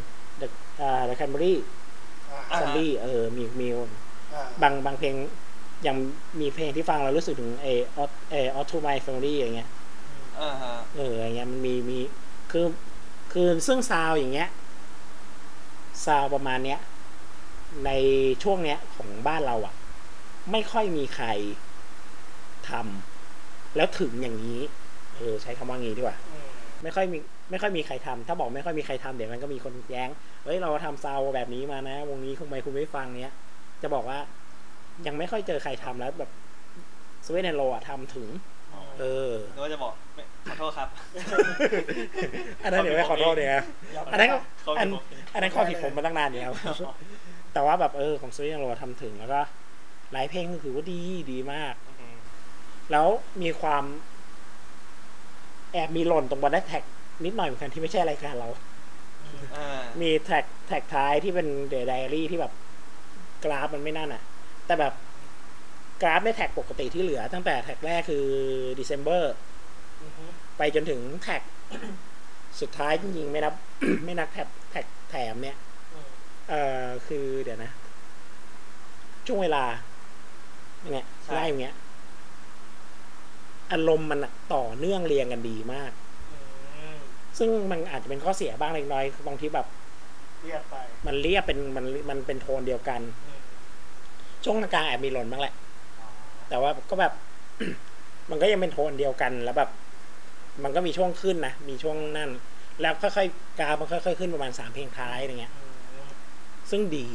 S3: The Cranberry Zombie มีบางเพลงอย่างมีเพลงที่ฟังเรารู้สึกถึงAll to My Family อย่างเงี้ยอย่างเงี้ยมันมีคือซึ่งซาวอย่างเงี้ยซาวประมาณเนี้ยในช่วงเนี้ยของบ้านเราอ่ะไม่ค่อยมีใครทำแล้วถึงอย่างนี้ใช้คำว่างี้ดีกว่าไม่ค่อยมีใครทำถ้าบอกไม่ค่อยมีใครทำเดี๋ยวมันก็มีคนแย้งเฮ้ยเราทำซาวแบบนี้มานะวงนี้คุณไม่ฟังเนี้ยจะบอกว่ายังไม่ค่อยเจอใครทำแล้วแบบสวีทแอนด์โรทำถึง
S2: นึกว่าจะบอกขอโทษครับ
S3: อันนั้นเดี๋ยวไม่ขอโทษเนี่ยอันนั้นข้อผิดผมมาตั้งนานอยู่แล้วแต่ว่าแบบของสวีทแอนด์โรทำถึงแล้วก็หลายเพลงถือว่าดีมากแล้วมีความแอบมีหล่นตรงบนได้แท็กนิดหน่อยเหมือนกันที่ไม่ใช่รายการเรามีแท็กท้ายที่เป็นเดอะไดอารี่ที่แบบกราฟมันไม่นั่นอ่ะแต่แบบกราฟไม่แท็กปกติที่เหลือตั้งแต่แท็กแรกคือ December ไปจนถึงแท็กสุดท้ายจริงๆไม่นับแท็กแถมเนี่ยคือเดี๋ยวนะช่วงเวลาเนี่ยไล่อย่างเงี้ยอารมณ์มันต่อเนื่องเรียงกันดีมากซึ่งมันอาจจะเป็นข้อเสียบ้างเล็กน้อยบางทีแบบ
S4: เรียบไป
S3: มันเรียบเป็นมันเป็นโทนเดียวกันช่วงกลางแอบมีหล่นบ้างแหละแต่ว่าก็แบบ มันก็ยังเป็นโทนเดียวกันแล้วแบบมันก็มีช่วงขึ้นนะมีช่วงนั่นแล้วค่อยๆกราฟมันค่อยๆขึ้นประมาณ3เพลงท้ายอะไรเงี้ยซึ่งดี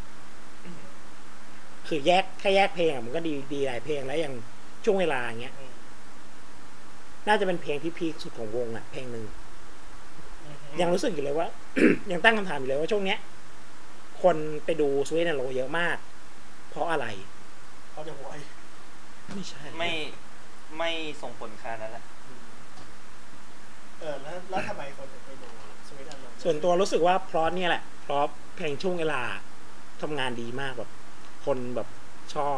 S3: คือแยกเพลงมันก็ดีหลายเพลงแล้วอย่างช่วงเวลาอย่างเงี้ยน่าจะเป็นเพลงที่พีคสุดของวงเพลงนึงยังรู้สึกอยู่เลยว่า ยังตั้งคำถามอยู่เลยว่าช่วงเนี้ยคนไปดูสวีทแอนด์โรเยอะมากเพราะอะไร
S4: เขาจะหวย
S3: ไม่ใช่
S2: ไม่ส่งผลขนาดนั้นแหละ
S4: แล้วทำไมคนถึงไปดูสวีทแอนด์โร
S3: ส่วนตัวรู้สึกว่าเพราะเนี่ยแหละเพราะเพลงช่วงเวลาทำงานดีมากแบบคนแบบชอบ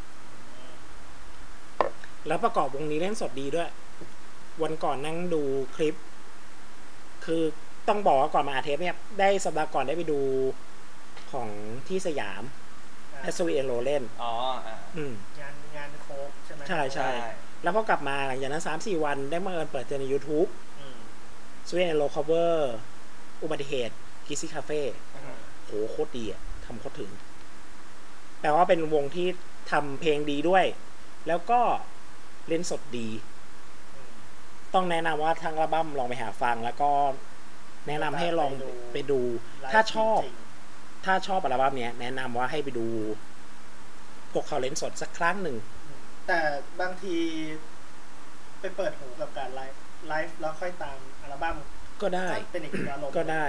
S3: แล้วประกอบวงนี้เล่นสดดีด้วยวันก่อนนั่งดูคลิปคือต้องบอกว่าก่อนมาอาเทปเนี่ยได้สัปดาห์ก่อนได้ไปดูของที่สยามแอสวีเอโรเล่น
S4: งานโค้กใช่ไหม
S3: ใช่แล้วพอกลับมาหลังจากนั้น 3-4 วันได้มาเปิดเจอใน YouTube สวีเอโรคัฟเวอร์อุบัติเหตุกิซี่คาเฟ่โหโคตรดีทำโคตรถึงแปลว่าเป็นวงที่ทำเพลงดีด้วยแล้วก็เล่นสดดีต้องแนะนำว่าทางอัลบั้มลองไปหาฟังแล้วก็แนะนำให้ลองไปดูถ้าชอบอัลบั้มเนี้ยแนะนำว่าให้ไปดูพวกเขาเล่นสดสักครั้งหนึ่ง
S4: แต่บางทีไปเปิดหูกับการไลฟ์แล้วค่อยตามอัลบั้ม
S3: ก็ได้
S4: เป็นอีกอารมณ์
S3: ก็ได้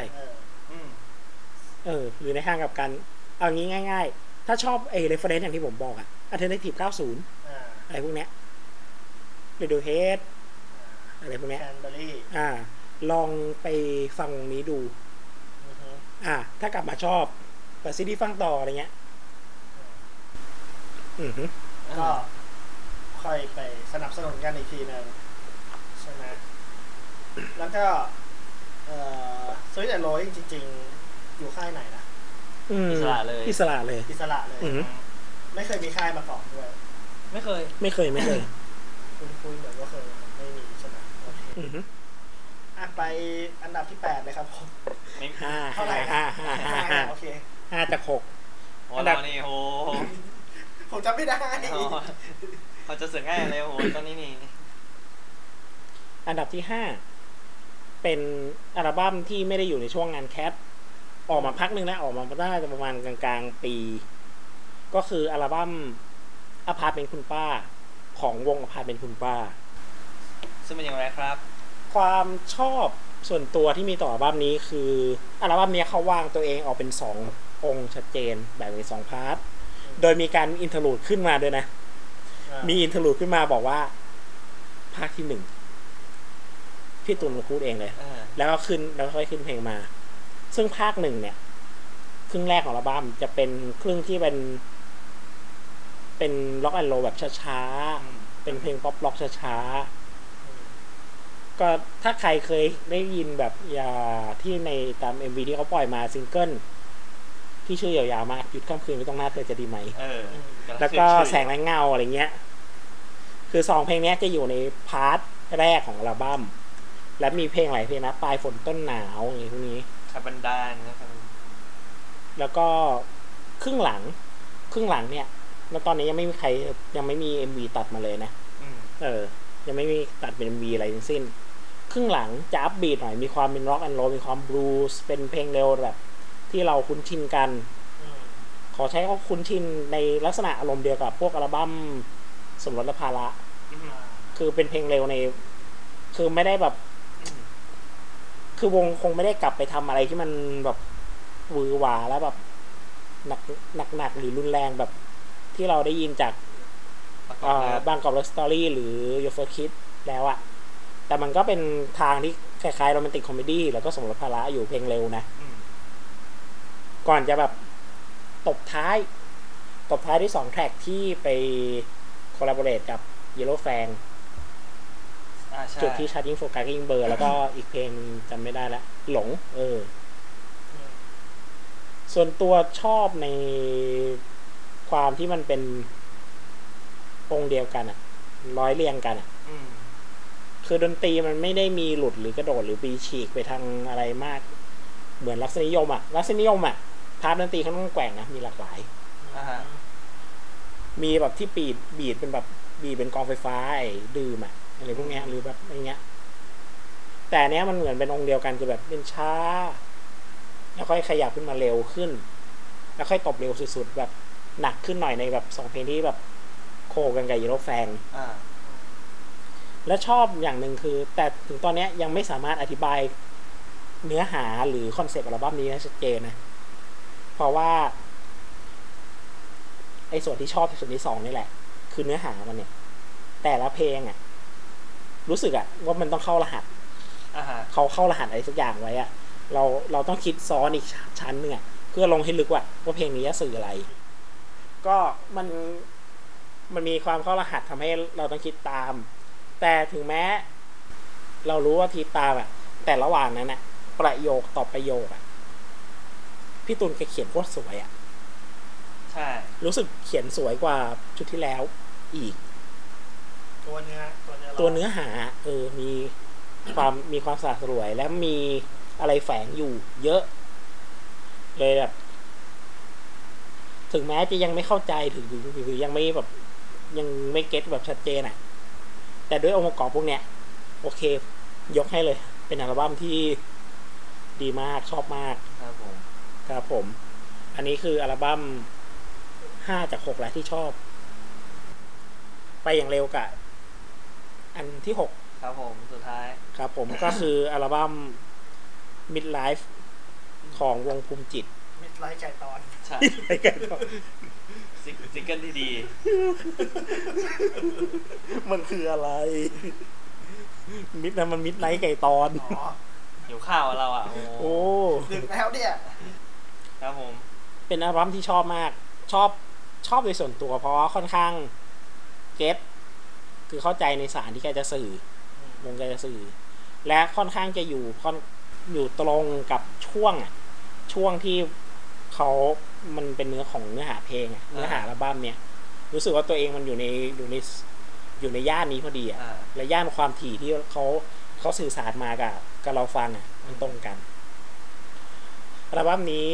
S3: หรือในทางกับการเอางี้ง่ายๆถ้าชอบreference อย่างที่ผมบอกalternative 90อะไรพวกเนี้ยRadioheadอะไรพวกเนี้ยลองไปฟังวงนี้ดูถ้ากลับมาชอบเปิดซีดีฟังต่ออะไรเงี้ย
S4: ก็ค่อยไปสนับสนุนกันอีกทีนึงใช่ไหมแล้วก็สวีทแอนด์โรจริงๆอยู่ค่ายไหนนะ
S2: อิสระเลย
S3: อิสระเลย
S4: ไม่เคยมีค่ายมาก่อนด้วย
S2: ไม่เคย
S4: คุยเหมือนว่าเคยไม่มีใช่ไหมโอเคไปอันดับที่8เลยครับผม
S3: เท่าไหร่
S4: โอเค
S3: 5 จาก 6
S2: อันดับนี้โห
S4: ผมจำไม่ได้
S2: เขาจะเสือกง่ายเลยโหตอนนี้นี่
S3: อันดับที่5เป็นอัลบั้มที่ไม่ได้อยู่ในช่วงงานแคทออกมาพักนึงแล้วออกมาได้ประมาณกลางๆปีก็คืออัลบั้มอพาร์ตเมนต์คุณป้าของวงอพาร์ตเมนต์คุณป้า
S2: ซึ่งเป็นอย่างไรครับ
S3: ความชอบส่วนตัวที่มีต่ออัลบั้มนี้คืออัลบั้มนี้เขาวางตัวเองออกเป็น2องค์ชัดเจนแบ่งเป็น2พาร์ทโดยมีการอินเทอร์ลูดขึ้นมาด้วยนะมีอินเทอร์ลูดขึ้นมาบอกว่าภาคที่1พี่ตุลพูดเองเลยแล้วก็ขึ้นแล้วค่อยขึ้นเพลงมาซึ่งภาค1เนี่ยครึ่งแรกของอัลบั้มจะเป็นครึ่งที่เป็นล็อกแอนด์โรลแบบช้าๆเป็นเพลงป๊อปล็อกช้าๆก็ถ้าใครเคยได้ยินแบบที่ในตาม MV ที่เขาปล่อยมาซิงเกิลที่ชื่อยาวๆมากหยุดค่ำคืนไม่ต้องหน้าเธอจะดีไหมแล้วก็แสงและเงาอะไรเงี้ยคือ2เพลงนี้จะอยู่ในพาร์ทแรกของอัลบั้มและมีเพลงหลายเพลงนะปลายฝนต้นหนาวอย่างนี้พวกนี้
S2: ขับบันดาลนะครับ
S3: แล้วก็ครึ่งหลังเนี่ยแล้วตอนนี้ยังไม่มี MV ตัดมาเลยนะยังไม่มีตัดเป็น MV อะไรทั้งสิ้นครึ่งหลังจะอัพบีทหน่อยมีความเป็นร็อกแอนด์โรลมีความบลูส์เป็นเพลงเร็วแบบที่เราคุ้นชินกันขอใช้เขาคุ้นชินในลักษณะอารมณ์เดียวกับพวกอัลบั้มสมรสและภาระคือเป็นเพลงเร็วในคือไม่ได้แบบคือวงคงไม่ได้กลับไปทำอะไรที่มันแบบหวือหวาแล้วแบบหนักหรือรุนแรงแบบที่เราได้ยินจากบางกอกเลิฟสตอรี่หรือ Your First Kiss แล้วอะแต่มันก็เป็นทางที่คล้ายๆโรแมนติกคอมเมดี้แล้วก็สมรสภาระอยู่เพลงเร็วนะก่อนจะแบบตบท้ายที่2แทร็กที่ไปคอลลาโบเรทกับ Yellow Fang จุดที่ชาร์จิ่งโฟกัสยิ่งเบอร์แล้วก็อีกเพลงจำไม่ได้แล้วหลงส่วนตัวชอบในความที่มันเป็นองค์เดียวกันอะร้อยเรียงกันอะคือดนตรีมันไม่ได้มีหลุดหรือกระโดดหรือปีฉีกไปทางอะไรมากเหมือนลักษณะนิยมอะพาร์ทดนตรีเขาต้องแกว่งนะมีหลากหลายมีแบบที่บีดเป็นแบบบีดเป็นกองไฟฟ้าดื่มอะอะไรพวกเนี้ยหรือแบบอย่างเงี้ยแต่เนี้ยมันเหมือนเป็นองค์เดียวกันคือแบบเป็นช้าแล้วค่อยขยับขึ้นมาเร็วขึ้นแล้วค่อยตบเร็วสุดๆแบบหนักขึ้นหน่อยในแบบ2เพลงที่แบบโคกันกับYellow Fangและชอบอย่างหนึ่งคือแต่ถึงตอนนี้ยังไม่สามารถอธิบายเนื้อหาหรือคอนเซปต์อัลบั้มนี้ชัดเจนนะเพราะว่าไอ้ส่วนที่ชอบส่วนที่2นี่แหละคือเนื้อหามันเนี่ยแต่ละเพลงรู้สึกว่ามันต้องเข้ารหัสเขาเข้ารหัสอะไรสักอย่างไว้เราต้องคิดซ้อนอีกชั้นนึงเพื่อลงให้ลึกว่าเพลงนี้จะสื่ออะไรก็มันมีความเข้ารหัสทำให้เราต้องคิดตามแต่ถึงแม้เรารู้ว่าคิดตามแต่ระหว่างนั้นประโยคต่อประโยคพี่ตุลแกเขียนโคตรสวย
S2: ใช่
S3: รู้สึกเขียนสวยกว่าชุดที่แล้วอีก
S4: ตัวเ
S3: นื้อหามีความสะอาดสวยและมีอะไรแฝงอยู่เยอะเลยแบบถึงแม้จะยังไม่เข้าใจถึงหรือยังไม่แบบยังไม่เก็ตแบบชัดเจนแต่ด้วยองค์ประกอบพวกเนี้ยโอเคยกให้เลยเป็นอัลบั้มที่ดีมากชอบมากครับผมอันนี้คืออัลบั้ม5 จาก 6แล้วที่ชอบไปอย่างเร็วกับอันที่6
S2: ครับผมสุดท้าย
S3: ครับผม ก็คืออัลบั้ม Midlife ของวงภูมิจิต
S4: Midlife ไก่ตอน
S2: ใช่ซิงเกิลที่ดี
S3: มันคืออะไรมิดนะมันมิดไนท์ไก่ตอน
S2: หิวข้าวเรา
S3: โอ้
S4: ดึกแล้วเนี่ย
S2: ครับผม
S3: เป็นอัลบั้มที่ชอบมากชอบโดยส่วนตัวเพราะว่าค่อนข้างเก็ตคือเข้าใจในสารที่แกจะสื่อวงแกจะสื่อและค่อนข้างจะอยู่ตรงกับช่วงที่มันเป็นเนื้อของเนื้อหาเพลงเนื้อหาอัลบั้มเนี่ยรู้สึกว่าตัวเองมันอยู่ในย่านนี้พอดีและย่านความถี่ที่เขาสื่อสารมากับเราฟังมันตรงกันอัลบั้มนี้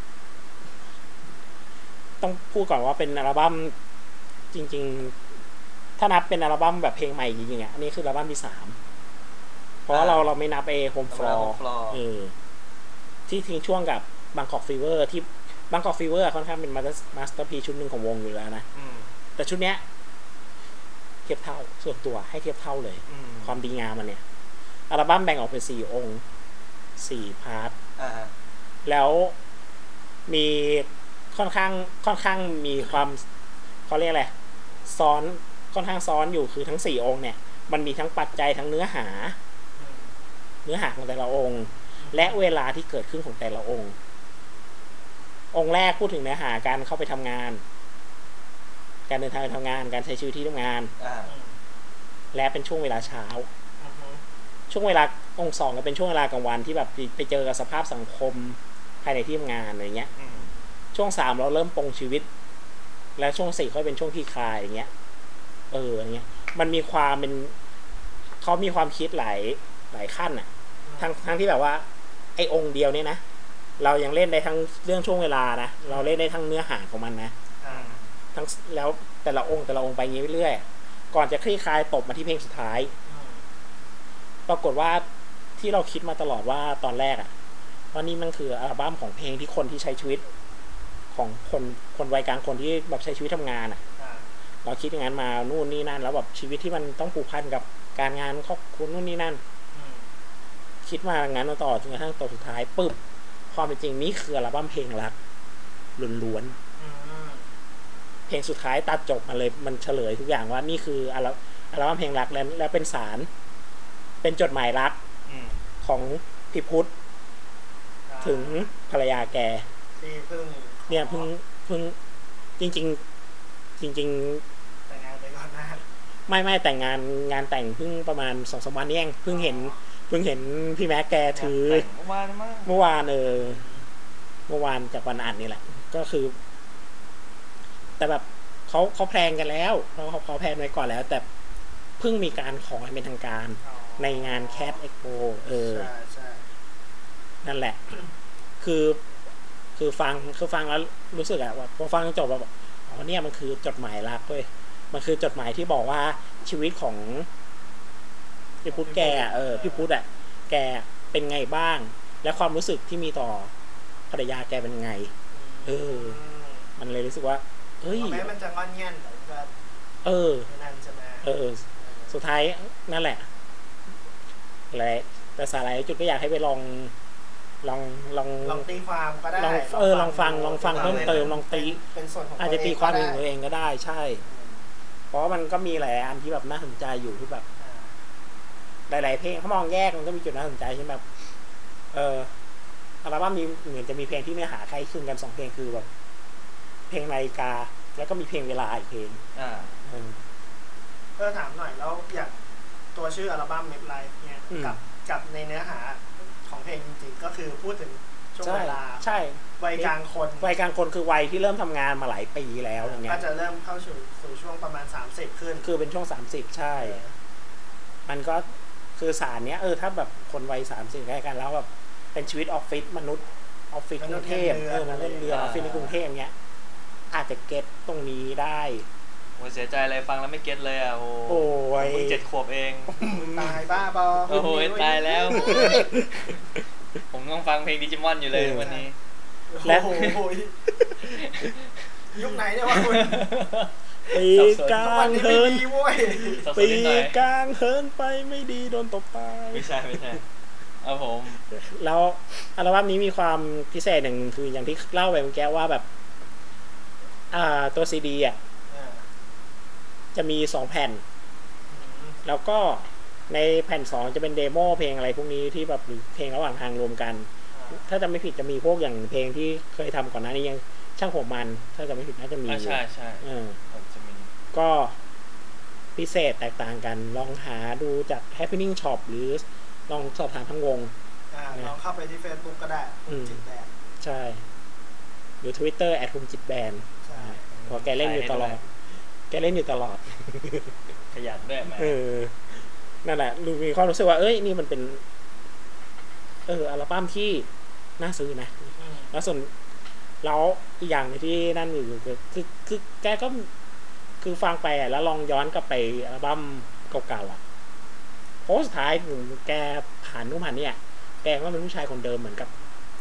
S3: ต้องพูดก่อนว่าเป็นอัลบั้มจริงๆถ้านับเป็นอัลบั้มแบบเพลงใหม่จริงๆอันนี้คืออัลบั้มที่3เพราะว่าเราไม่นับHome Floor ที่ทิ้งช่วงกับบางกอกฟีเวอร์ที่บางกอกฟีเวอร์ค่อนข้างเป็นมาสเตอร์พีชุดหนึ่งของวงอยู่แล้วนะแต่ชุดเนี้ยเทียบเท่าส่วนตัวให้เทียบเท่าเลยความดีงามมันเนี่ยอัลบั้มแบ่งออกเป็น4 องค์4 พาร์ทแล้วมีค่อนข้างมีความเขาเรียกอะไรซ้อนค่อนข้างซ้อนอยู่คือทั้ง4 องค์เนี่ยมันมีทั้งปัจจัยทั้งเนื้อหาของแต่ละองค์และเวลาที่เกิดขึ้นของแต่ละองค์แรกพูดถึงเนื้อหาการเข้าไปทำงานการเดินทางไปทำงานการใช้ชีวิตที่ทำงานและเป็นช่วงเวลาเช้าช่วงเวลาองค์2ก็เป็นช่วงเวลากลางวันที่แบบไปเจอกับสภาพสังคมภายในที่ทำงานอะไรเงี้ยช่วง3เราเริ่มปรงชีวิตแล้วช่วง4ค่อยเป็นช่วงที่คลายอย่างเงี้ยอย่างเงี้ยมันมีความเป็นเขามีความคิดหลายขั้นอ่ะทั้งที่แบบว่าไอ้องค์เดียวเนี่ยนะเรายังเล่นได้ทั้งเรื่องช่วงเวลานะเราเล่นได้ทั้งเนื้อหาของมันนะทั้งแล้วแต่ละองค์ไปงี้เรื่อยๆก่อนจะคลี่คลายตบมาที่เพลงสุดท้ายปรากฏว่าที่เราคิดมาตลอดว่าตอนแรกอ่ะว่านี่มันคืออัลบั้มของเพลงที่คนที่ใช้ชีวิตของคนวัยกลางคนที่แบบใช้ชีวิตทำงานอ่ะเราคิดอย่างนั้นมานู่นนี่นั่นแล้วแบบชีวิตที่มันต้องผูกพันกับการงานครอบครัวนู่นนี่นั่นคิดมาอย่างนั้นมาต่อจนกระทั่งตบสุดท้ายปึ๊บความเป็นจริงนี่คืออัลบั้มเพลงรักล้วนๆเพลงสุดท้ายตัดจบมาเลยมันเฉลยทุกอย่างว่านี่คืออัลบั้มเพลงรักแล้วเป็นสารเป็นจดหมายรักของพี่พุทธถึงภรรยาแก
S4: ที่เ
S3: พิ่งจริง
S4: แต่งงานไปก่อนหน้า
S3: ไม่แต่งงานแต่งเพิ่งประมาณ 2-3 วันนี้เองเพิ่งเห็นพี่แม็กแกถือเมื่อวานเมื่อวานจากวันอ่านนี่แหละก็คือแต่แบบเขาแพลนกันแล้วเขาแพลนไว้ก่อนแล้วแต่เพิ่งมีการขอให้เป็นทางการในงาน Cat Expo
S4: ใช่
S3: นั่นแหละคือฟังแล้วรู้สึกอะว่าพอฟังจบแล้วบอกอ๋อเนี่ยมันคือจดหมายรักเว้ยมันคือจดหมายที่บอกว่าชีวิตของพี่พุทธแกพี่พุทธอะแกเป็นไงบ้างและความรู้สึกที่มีต่อภรรยาแกเป็นไงมันเลยรู้สึกว่าเฮ้ย
S4: แม้มันจะงอนเงียนแต่ก็นั่นใช่ไหม
S3: สุดท้ายนั่นแหละแต่สาระจุดก็อยากให้ไปลอง
S4: ตีความก็ได้
S3: ลองฟังเพิ่มเติมลองตี
S4: เป็นส่วนของ
S3: อาจจะตีความเองตัวเองก็ได้ใช่เพราะมันก็มีหลายอันที่แบบน่าสนใจอยู่ที่แบบหลายๆเพลงเขามองแยกมันก็มีจุดน่าสนใจใช่ไหมแบบอัลบั้มมีเหมือนจะมีเพลงที่เนื้อหาใกล้คลึงกัน2 เพลงคือแบบเพลงนาฬิกาแล้วก็มีเพลงเวลาอีกเพลง
S4: ถามหน่อยแล้วอย่างตัวชื่ออัลบั้ม Midlife เนี่ยกับในเนื้อหาของเพลงจริงๆก็คือพูดถึงช่วงเวลา
S3: ใช่
S4: วัยกลางคน
S3: คือวัยที่เริ่มทำงานมาหลายปีแล้วอย่างเงี้ย
S4: ก็จะเริ่มเข้าสู่ช่วงประมาณ30ขึ้น
S3: คือเป็นช่วง30ใช่มันก็คือสารเนี้ยถ้าแบบคนวัย30ใกล้กันแล้วแบบเป็นชีวิตออฟฟิศมนุษย์ออฟฟิศกรุงเทพมาเล่นเรือออฟฟิศในกรุงเทพเงี้ยอาจจะเก็ตตรงนี้ได้
S2: โอ้ยเสียใจเลยฟังแล้วไม่เก็ตเลยอ่ะโอ้ยมึง7 ขวบเอง
S4: ตายบ้าบอ
S2: โอ้ยตายแล้วผมต้องฟังเพลงดิจิมอนอยู่เลยวันนี้
S3: และ
S4: ยุคไหนเนี่ยวะคุณ
S3: ปีกลางเฮิร์นปีกลางเฮิร์นไปไม่ดีโดนตบตาย
S2: ไม่ใช่เอาผม
S3: แล้วอัลบั้มนี้มีความพิเศษหนึ่งคืออย่างที่เล่าไปเมื่อกี้ว่าแบบตัวซีดีจะมี2 แผ่นแล้วก็ในแผ่น2จะเป็นเดโมเพลงอะไรพวกนี้ที่แบบหรือเพลงระหว่างทางรวมกันถ้าจะไม่ผิดจะมีพวกอย่างเพลงที่เคยทำก่อนหน้านี้ยังช่างผมมันถ้าจะไม่ผิดน่าจะมี
S2: ใช่
S3: ก็พิเศษแตกต่างกันลองหาดูจาก Happening Shop หรือลองสอบถามทั้งวง
S4: ลองเข้าไปที่ Facebook ก็ได้จิตแบน
S3: ใช่หรือ Twitter @humjitband เพราะแกเล่นอยู่ตลอด
S2: ขยันด้วยมั้ย
S3: นั่นแหละมีความรู้สึกว่านี่มันเป็นอัลบั้มที่น่าซื้อนะแล้วส่วนแล้วอีกอย่างที่นั่นอยู่คือแกก็คือฟังไปแล้วลองย้อนกลับไปอัลบั้มเก่าๆเพราะสุดท้ายแกผ่านนู่นผ่านนี่แกก็เป็นผู้ชายคนเดิมเหมือนกับ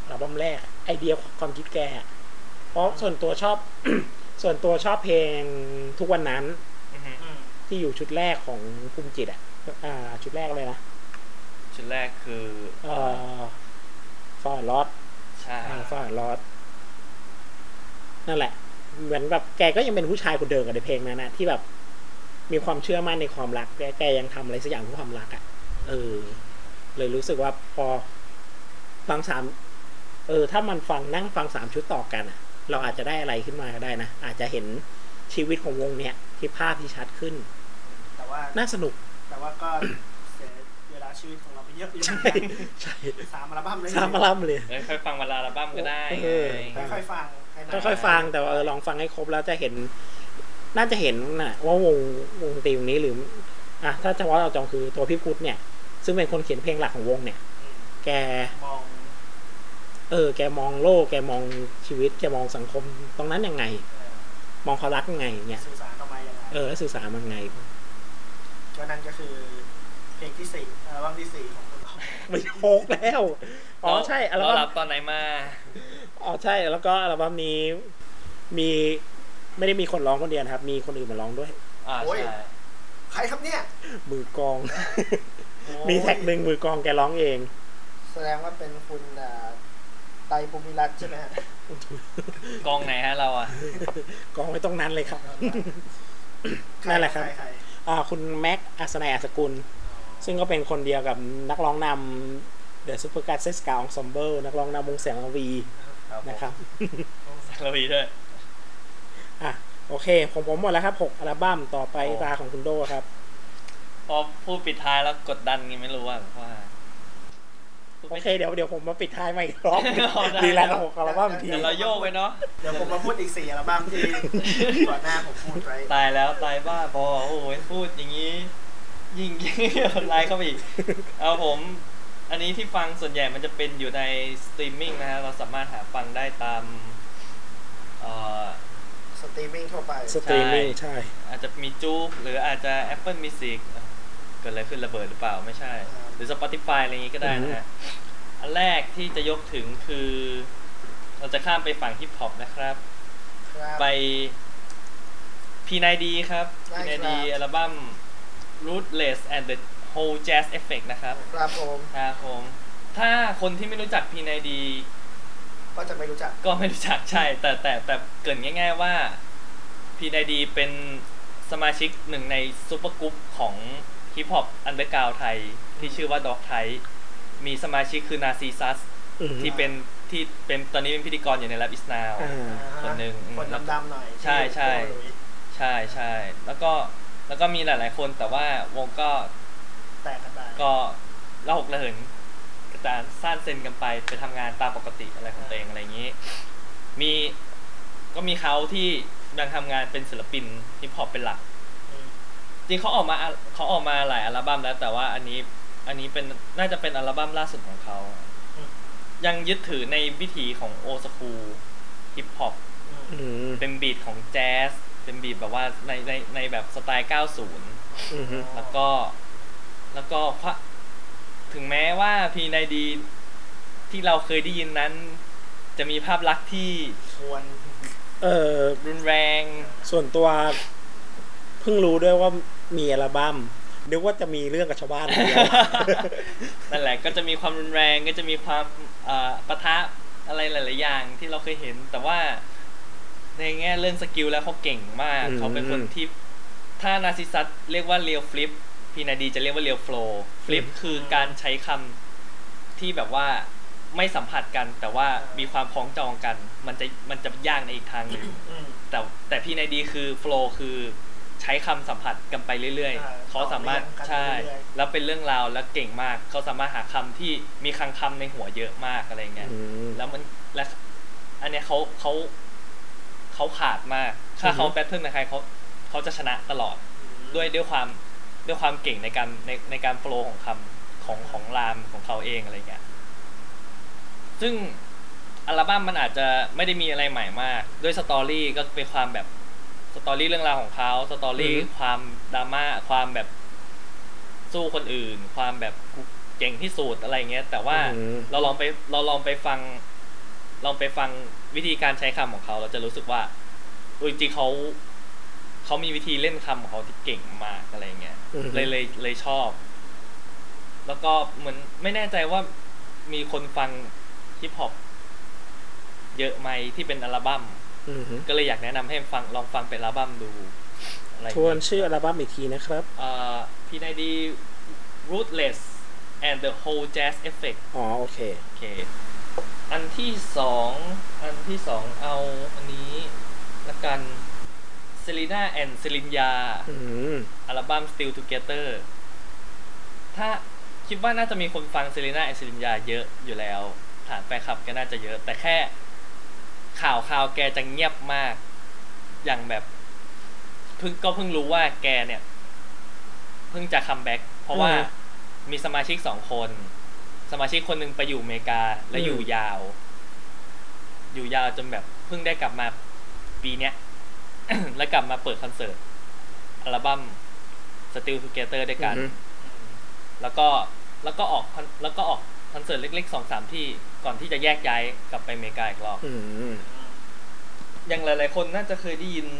S3: อัลบั้มแรกไอเดียความคิดแกเพราะส่วนตัวชอบ ส่วนตัวชอบเพลงทุกวันนั้นที่อยู่ชุดแรกของภูมิจิตชุดแรกเลยนะ
S2: ชุดแรกคือ
S3: ฟอร์ลอส
S2: ใช่
S3: ฟอร์ลอสนั่นแหละเหมือนแบบแกก็ยังเป็นผู้ชายคนเดิมกับในเพลงนั้นนะที่แบบมีความเชื่อมั่นในความรักแกยังทำอะไรสักอย่างเพื่อความรักเลยรู้สึกว่าพอฟังถ้ามันนั่งฟัง3ชุดต่อกันเราอาจจะได้อะไรขึ้นมาก็ได้นะอาจจะเห็นชีวิตของวงเนี้ยที่ภาพที่ชัดขึ้น
S4: แต่ว่า
S3: น่าสนุก
S4: แต่ว่าก็เสียเวลาชีวิตของเราไปเยอะอยู่ใช่3อัลบั้มเลย
S3: 3อัลบั้มเลย
S2: ค่อยฟังวันละอัลบั้มก็ได้
S4: ค่อยฟัง
S3: แต่ว่าลองฟังให้ครบแล้วจะเห็นน่าจะเห็นนะว่าวงดนตรีวงนี้หรือถ้าเฉพาะเราจองคือตัวพี่พุทธเนี่ยซึ่งเป็นคนเขียนเพลงหลักของวงเนี่ยแกมองแกมองโลกแกมองชีวิตแกมองสังคมตรงนั้นยังไงมองความรักยังไงเนี่ย
S4: สื่อสารออกมายังไง
S3: แล้วสื่อสารยังไง
S4: ก็นั่นก็คือเพลงที่4อัลบั้มที่4ของคนเรา
S3: ไม่โคกแล้วใช่อัลบั้ม
S2: ตอนไหนมา
S3: ใช่แล้วก็อัลบั้มนี้มีไม่ได้มีคนร้องคนเดียวครับมีคนอื่นมาร้องด้วย
S2: ใช่
S4: ใครครับเนี่ย
S3: มือกอง มีแท็กหนึ่งมือกองแกร้องเอง
S4: แสดงว่าเป็นคุณไตรภูมิรัตน์ใช่ไหมฮะ
S2: กองไหนฮะเรา
S3: กองไว้ตรงนั้นเลยครับนั่นแหละครับคุณแม็กอัศนัยอัศกุลซึ่งก็เป็นคนเดียวกับนักร้องนำ The Super Cat Ska Ensemble นักร้องนำวงแสงระวีนะครับ
S2: แสงระวีด้วย
S3: โอเคผมหมดแล้วครับ6อัลบั้มต่อไปตาของคุณโดครับ
S2: พอพูดปิดท้ายแล้วกดดันงี้ไม่รู้ว่า
S3: โอเคเดี๋ยวผมมาปิดท้ายใหม่อีกรอบดีแล้ว6อัลบั้มที
S2: เราโยกไปเนาะ
S4: เดี๋ยวผมมาพูดอีก4อัลบั้มที่ก่อนหน้าผมพูดไว้
S2: ตายแล้วตายบ้าพอโอ้ยพูดอย่างนี้ยิ่งไลน์เข้าไปอีกเอาผมอันนี้ที่ฟังส่วนใหญ่มันจะเป็นอยู่ในสตรีมมิ่งนะฮะเราสามารถหาฟังได้ตาม
S4: สตรีมมิ่งทั่วไป
S3: สตรีมมิ่งใช่
S2: อาจจะมีจู๊กหรืออาจจะ Apple Music เกิดอะไรขึ้นระเบิดหรือเปล่าไม่ใช่หรือ Spotify อะไรอย่างงี้ก็ได้นะฮะอันแรกที่จะยกถึงคือเราจะข้ามไปฝั่งฮิปฮอปนะครับไป P9D ครับ P9D อัลบั้ม Ruthless and the Whole Jazz Effect นะครับ
S4: ครับ
S2: ผมถ้าคนที่ไม่รู้จัก P9D
S4: ก็จะไม่รู้จัก
S2: ใช่แต่เกริ่นง่ายๆว่า P9D เป็นสมาชิกหนึ่งในซุปเปอร์กรุ๊ปของฮิปฮอปอันเดอร์กราวด์ไทยที่ชื่อว่า Dog Type มีสมาชิกคือ Narcissus ที่เป็นตอนนี้เป็นพิธีกรอยู่ใน Rap Is Now คนนึง
S4: คนดำๆหน่อย
S2: ใช่แล้วก็มีหลายๆคนแต่ว่าวงก็
S4: แตกกันไป
S2: ก็ระหกระเหินกระจายซ่านเซนกันไปทำงานตามปกติอะไรของตัวเองอะไรอย่างนี้ก็มีเขาที่ยังทำงานเป็นศิลปินฮิปฮอปเป็นหลักจริงเขาออกมาหลายอัลบั้มแล้วแต่ว่าอันนี้เป็นน่าจะเป็นอัลบั้มล่าสุดของเขายังยึดถือในวิถีของโอสคูลฮิปฮอปเป็นบีทของแจ๊สเป็นบีทแบบว่าในแบบสไตล์90แล้วก็ถึงแม้ว่า P9D ที่เราเคยได้ยินนั้นจะมีภาพลักษณ์ที่รุนแรง
S3: ส่วนตัวเพิ่งรู้ด้วยว่ามีอัลบั้มนึกว่าจะมีเรื่องกับชาวบ้าน
S2: นั่นแหละก็จะมีความรุนแรงก็จะมีความปะทะอะไรหลายๆอย่างที่เราเคยเห็นแต่ว่าในแง่เรื่องสกิลแล้วเขาเก่งมากเขาเป็นคนที่ถ้านาซิซัสเรียกว่าเรียลฟลิปP9Dจะเรียกว่าเรียลโฟล์ฟลิปคือการใช้คำที่แบบว่าไม่สัมผัสกันแต่ว่ามีความคล้องจองกันมันจะยากในอีกทางนึงแต่ P9D คือโฟล์คือใช้คำสัมผัสกันไปเรื่อยๆเขาสามารถใช่แล้วเป็นเรื่องราวและเก่งมากเขาสามารถหาคำที่มีคลังคำในหัวเยอะมากอะไรเงี้ยแล้วและอันเนี้ยเขาขาดมากถ้าเขาแบทเทิลกับใครเขาจะชนะตลอดด้วยความเก่งในการโฟลว์ของคำของรามของเขาเองอะไรเงี้ยซึ่งอัลบั้มมันอาจจะไม่ได้มีอะไรใหม่มากด้วยสตอรี่ก็เป็นความแบบสตอรี่เรื่องราวของเขาสตอรี่ความดราม่าความแบบสู้คนอื่นความแบบเก่งที่สุดอะไรเงี้ยแต่ว่าเราลองไปฟังลองไปฟังวิธีการใช้คำของเขาเราจะรู้สึกว่าจริงๆเขามีวิธีเล่นคำของเขาที่เก่งมากอะไรเงี้ยเลยชอบแล้วก็เหมือนไม่แน่ใจว่ามีคนฟังฮิปฮอปเยอะไหมที่เป็นอัลบั้มก็เลยอยากแนะนำให้ลองฟังเป็นอัลบั้มดูอะไร
S3: ทวนชื่ออัลบั้มอีกทีนะครับ
S2: PID Ruthless and the Whole Jazz Effect
S3: โอเค
S2: อันที่สองเอาอันนี้ละกัน Selena and Selinya อัลบั้ม Still Together ถ้าคิดว่าน่าจะมีคนฟัง Selena and Selinya เยอะอยู่แล้วฐานแฟนคลับก็น่าจะเยอะแต่แค่ข่าวแกจะเงียบมากอย่างแบบเพิ่งรู้ว่าแกเนี่ยเพิ่งจะคัมแบ็คเพราะว่ามีสมาชิก2คนสมาชิกคนนึงไปอยู่อเมริกาแล้วอยู่ยาวจนแบบเพิ่งได้กลับมาปีเนี้ย แล้วกลับมาเปิดคอนเสิร์ตอัลบั้ม Still Together ด้วยกันแล้วก็ออกคอนเสิร์ตเล็กๆ 2-3 ที่ก่อนที่จะแยกย้ายกลับไปอเมริกาอีกรอบอย่างหลายๆคนน่าจะเคยได้ยิน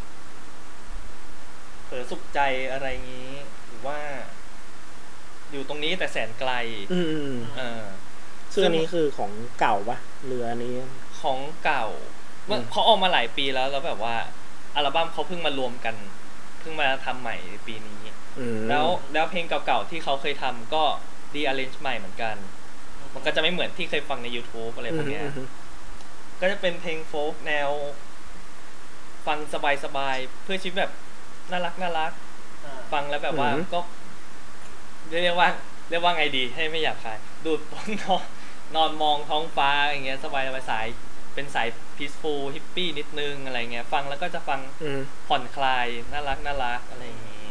S2: เผลอสุขใจอะไรงี้หรือว่าอยู่ตรงนี้แต่แสนไกล
S3: ซึ่งอันนี้คือของเก่าปะหรืออันนี้
S2: ของเก่าเขาออกมาหลายปีแล้วแบบว่าอัลบั้มเขาเพิ่งมารวมกันเพิ่งมาทำใหม่ในปีนี้แล้วเพลงเก่าๆที่เขาเคยทำก็rearrange ใหม่เหมือนกันมันก็จะไม่เหมือนที่เคยฟังใน YouTube อะไรพวกเนี้ยก็จะเป็นเพลงโฟล์กแนวฟังสบายๆเพื่อชีวิตแบบน่ารักฟังแล้วแบบว่าก็เรียกว่าไงดีให้ไม่อยากคายดูดนอนมองท้องฟ้าอย่างเงี้ยสบายสายเป็นสาย peaceful hippie นิดนึงอะไรเงี้ยฟังแล้วก็จะฟังผ่อนคลายน่ารักอะไรอย่างงี้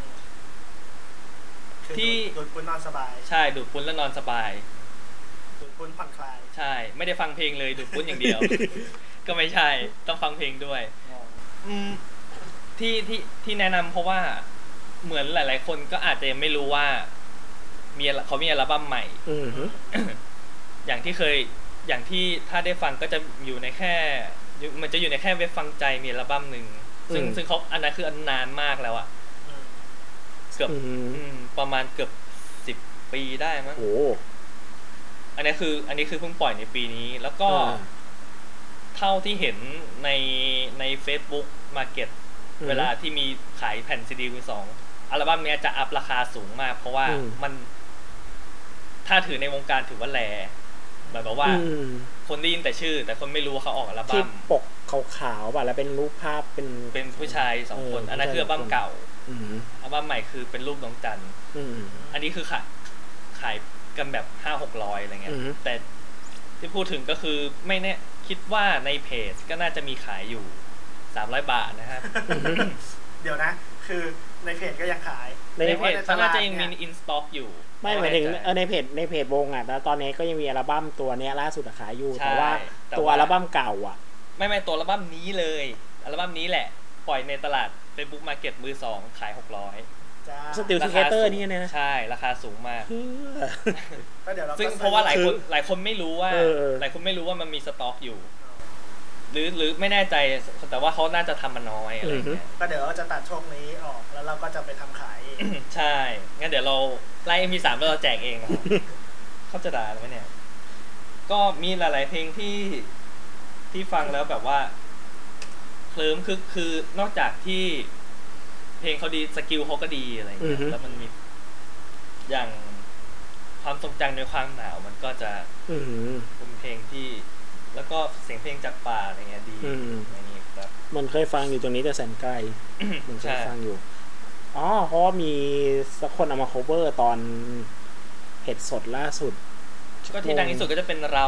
S4: ที่ดูดปุ้นนอนสบาย
S2: ใช่ดูดปุ้นแล้วนอนสบาย
S4: ดูดปุ้นผ่อนคลาย
S2: ใช่ไม่ได้ฟังเพลงเลยดูดปุ้นอย่างเดียว ก็ไม่ใช่ต้องฟังเพลงด้วยที่แนะนำเพราะว่าเหมือนหลายๆคนก็อาจจะยังไม่รู้ว่าเขามีอัลบั้มใหม่อย่างที่ถ้าได้ฟังก็จะอยู่ในแค่มันจะอยู่ในแค่เว็บฟังใจมีอัลบั้มนึงซึ่งเขาอันนั้นคืออันนานมากแล้วอะเกือบประมาณเกือบ10 ปีได้มั้งโอ้อันนี้คือเพิ่งปล่อยในปีนี้แล้วก็เท่าที่เห็นใน Facebook Market เวลาที่มีขายแผ่นซีดีมือสองอัลบั้มนี้จะอัพราคาสูงมากเพราะว่ามันถ้าถือในวงการถือว่าแรแบบว่าคนได้ยินแต่ชื่อแต่คนไม่รู้ว่าเขาออกอัลบั้มที่
S3: ปกขาวๆป่ะแล้วเป็นรูปภาพ
S2: เป็นผู้ชาย2คนอันนั้นคืออัลบั้มเก่าอัลบั้มใหม่คือเป็นรูปน้องจันอันนี้คือขายกันแบบ 500-600 อะไรเงี้ยแต่ที่พูดถึงก็คือไม่แน่คิดว่าในเพจก็น่าจะมีขายอยู่300 บาทนะครับ
S4: เดี๋ยวนะคือในเพจก็ยังขาย
S2: ในเพจน่าจะยังมีอินสต็อกอยู่
S3: ไม่หมายถึงในเพจวงอ่ะแล้วตอนนี้ก็ยังมีอัลบั้มตัวนี้ล่าสุดขายอยู่แต่ว่าตัวอัลบั้มเก่าอ่ะ
S2: ไม่ตัวอัลบั้มนี้เลยอัลบั้มนี้แหละปล่อยในตลาด Facebook Market มือ2ขาย600
S3: Still Together นี่นะ
S2: ใช่ราคาสูงมาก
S4: ซึ่
S2: งเพราะว่าหลายคนไม่รู้ว่าหลายคนไม่รู้ว่ามันมีสต็อกอยู่หรือไม่แน่ใจแต่ว่าเขาน่าจะทำมาน้อยอะไรเงี้ย
S4: ก็เดี๋ยวจะตัดช่วงนี้ออกแล้วเราก็จะไปทำขายเอง
S2: ใช่งั้นเดี๋ยวเราไล่ MP3 แล้วเราแจกเองนะเขาจะด่าไหมเนี่ยก็มีหลายๆเพลงที่ฟังแล้วแบบว่าเคลิ้มคือนอกจากที่เพลงเขาดีสกิลเขาก็ดีอะไรอย่างเงี้ยแล้วมันมีอย่างความทรงจำในความหนาวมันก็จะเป็นเพลงที่แล้วก็เสียงเพลงจากป่าอะไรเงี้ยดีอย่างนี้ครับ
S3: มันเคยฟังอยู่ตรงนี้แต่แสนไกลมันเคยฟังอยู่เพราะมีสักคนเอามา cover ตอนเห็ดสดล่าสุด
S2: ก็ที่ดังที่สุดก็จะเป็นเรา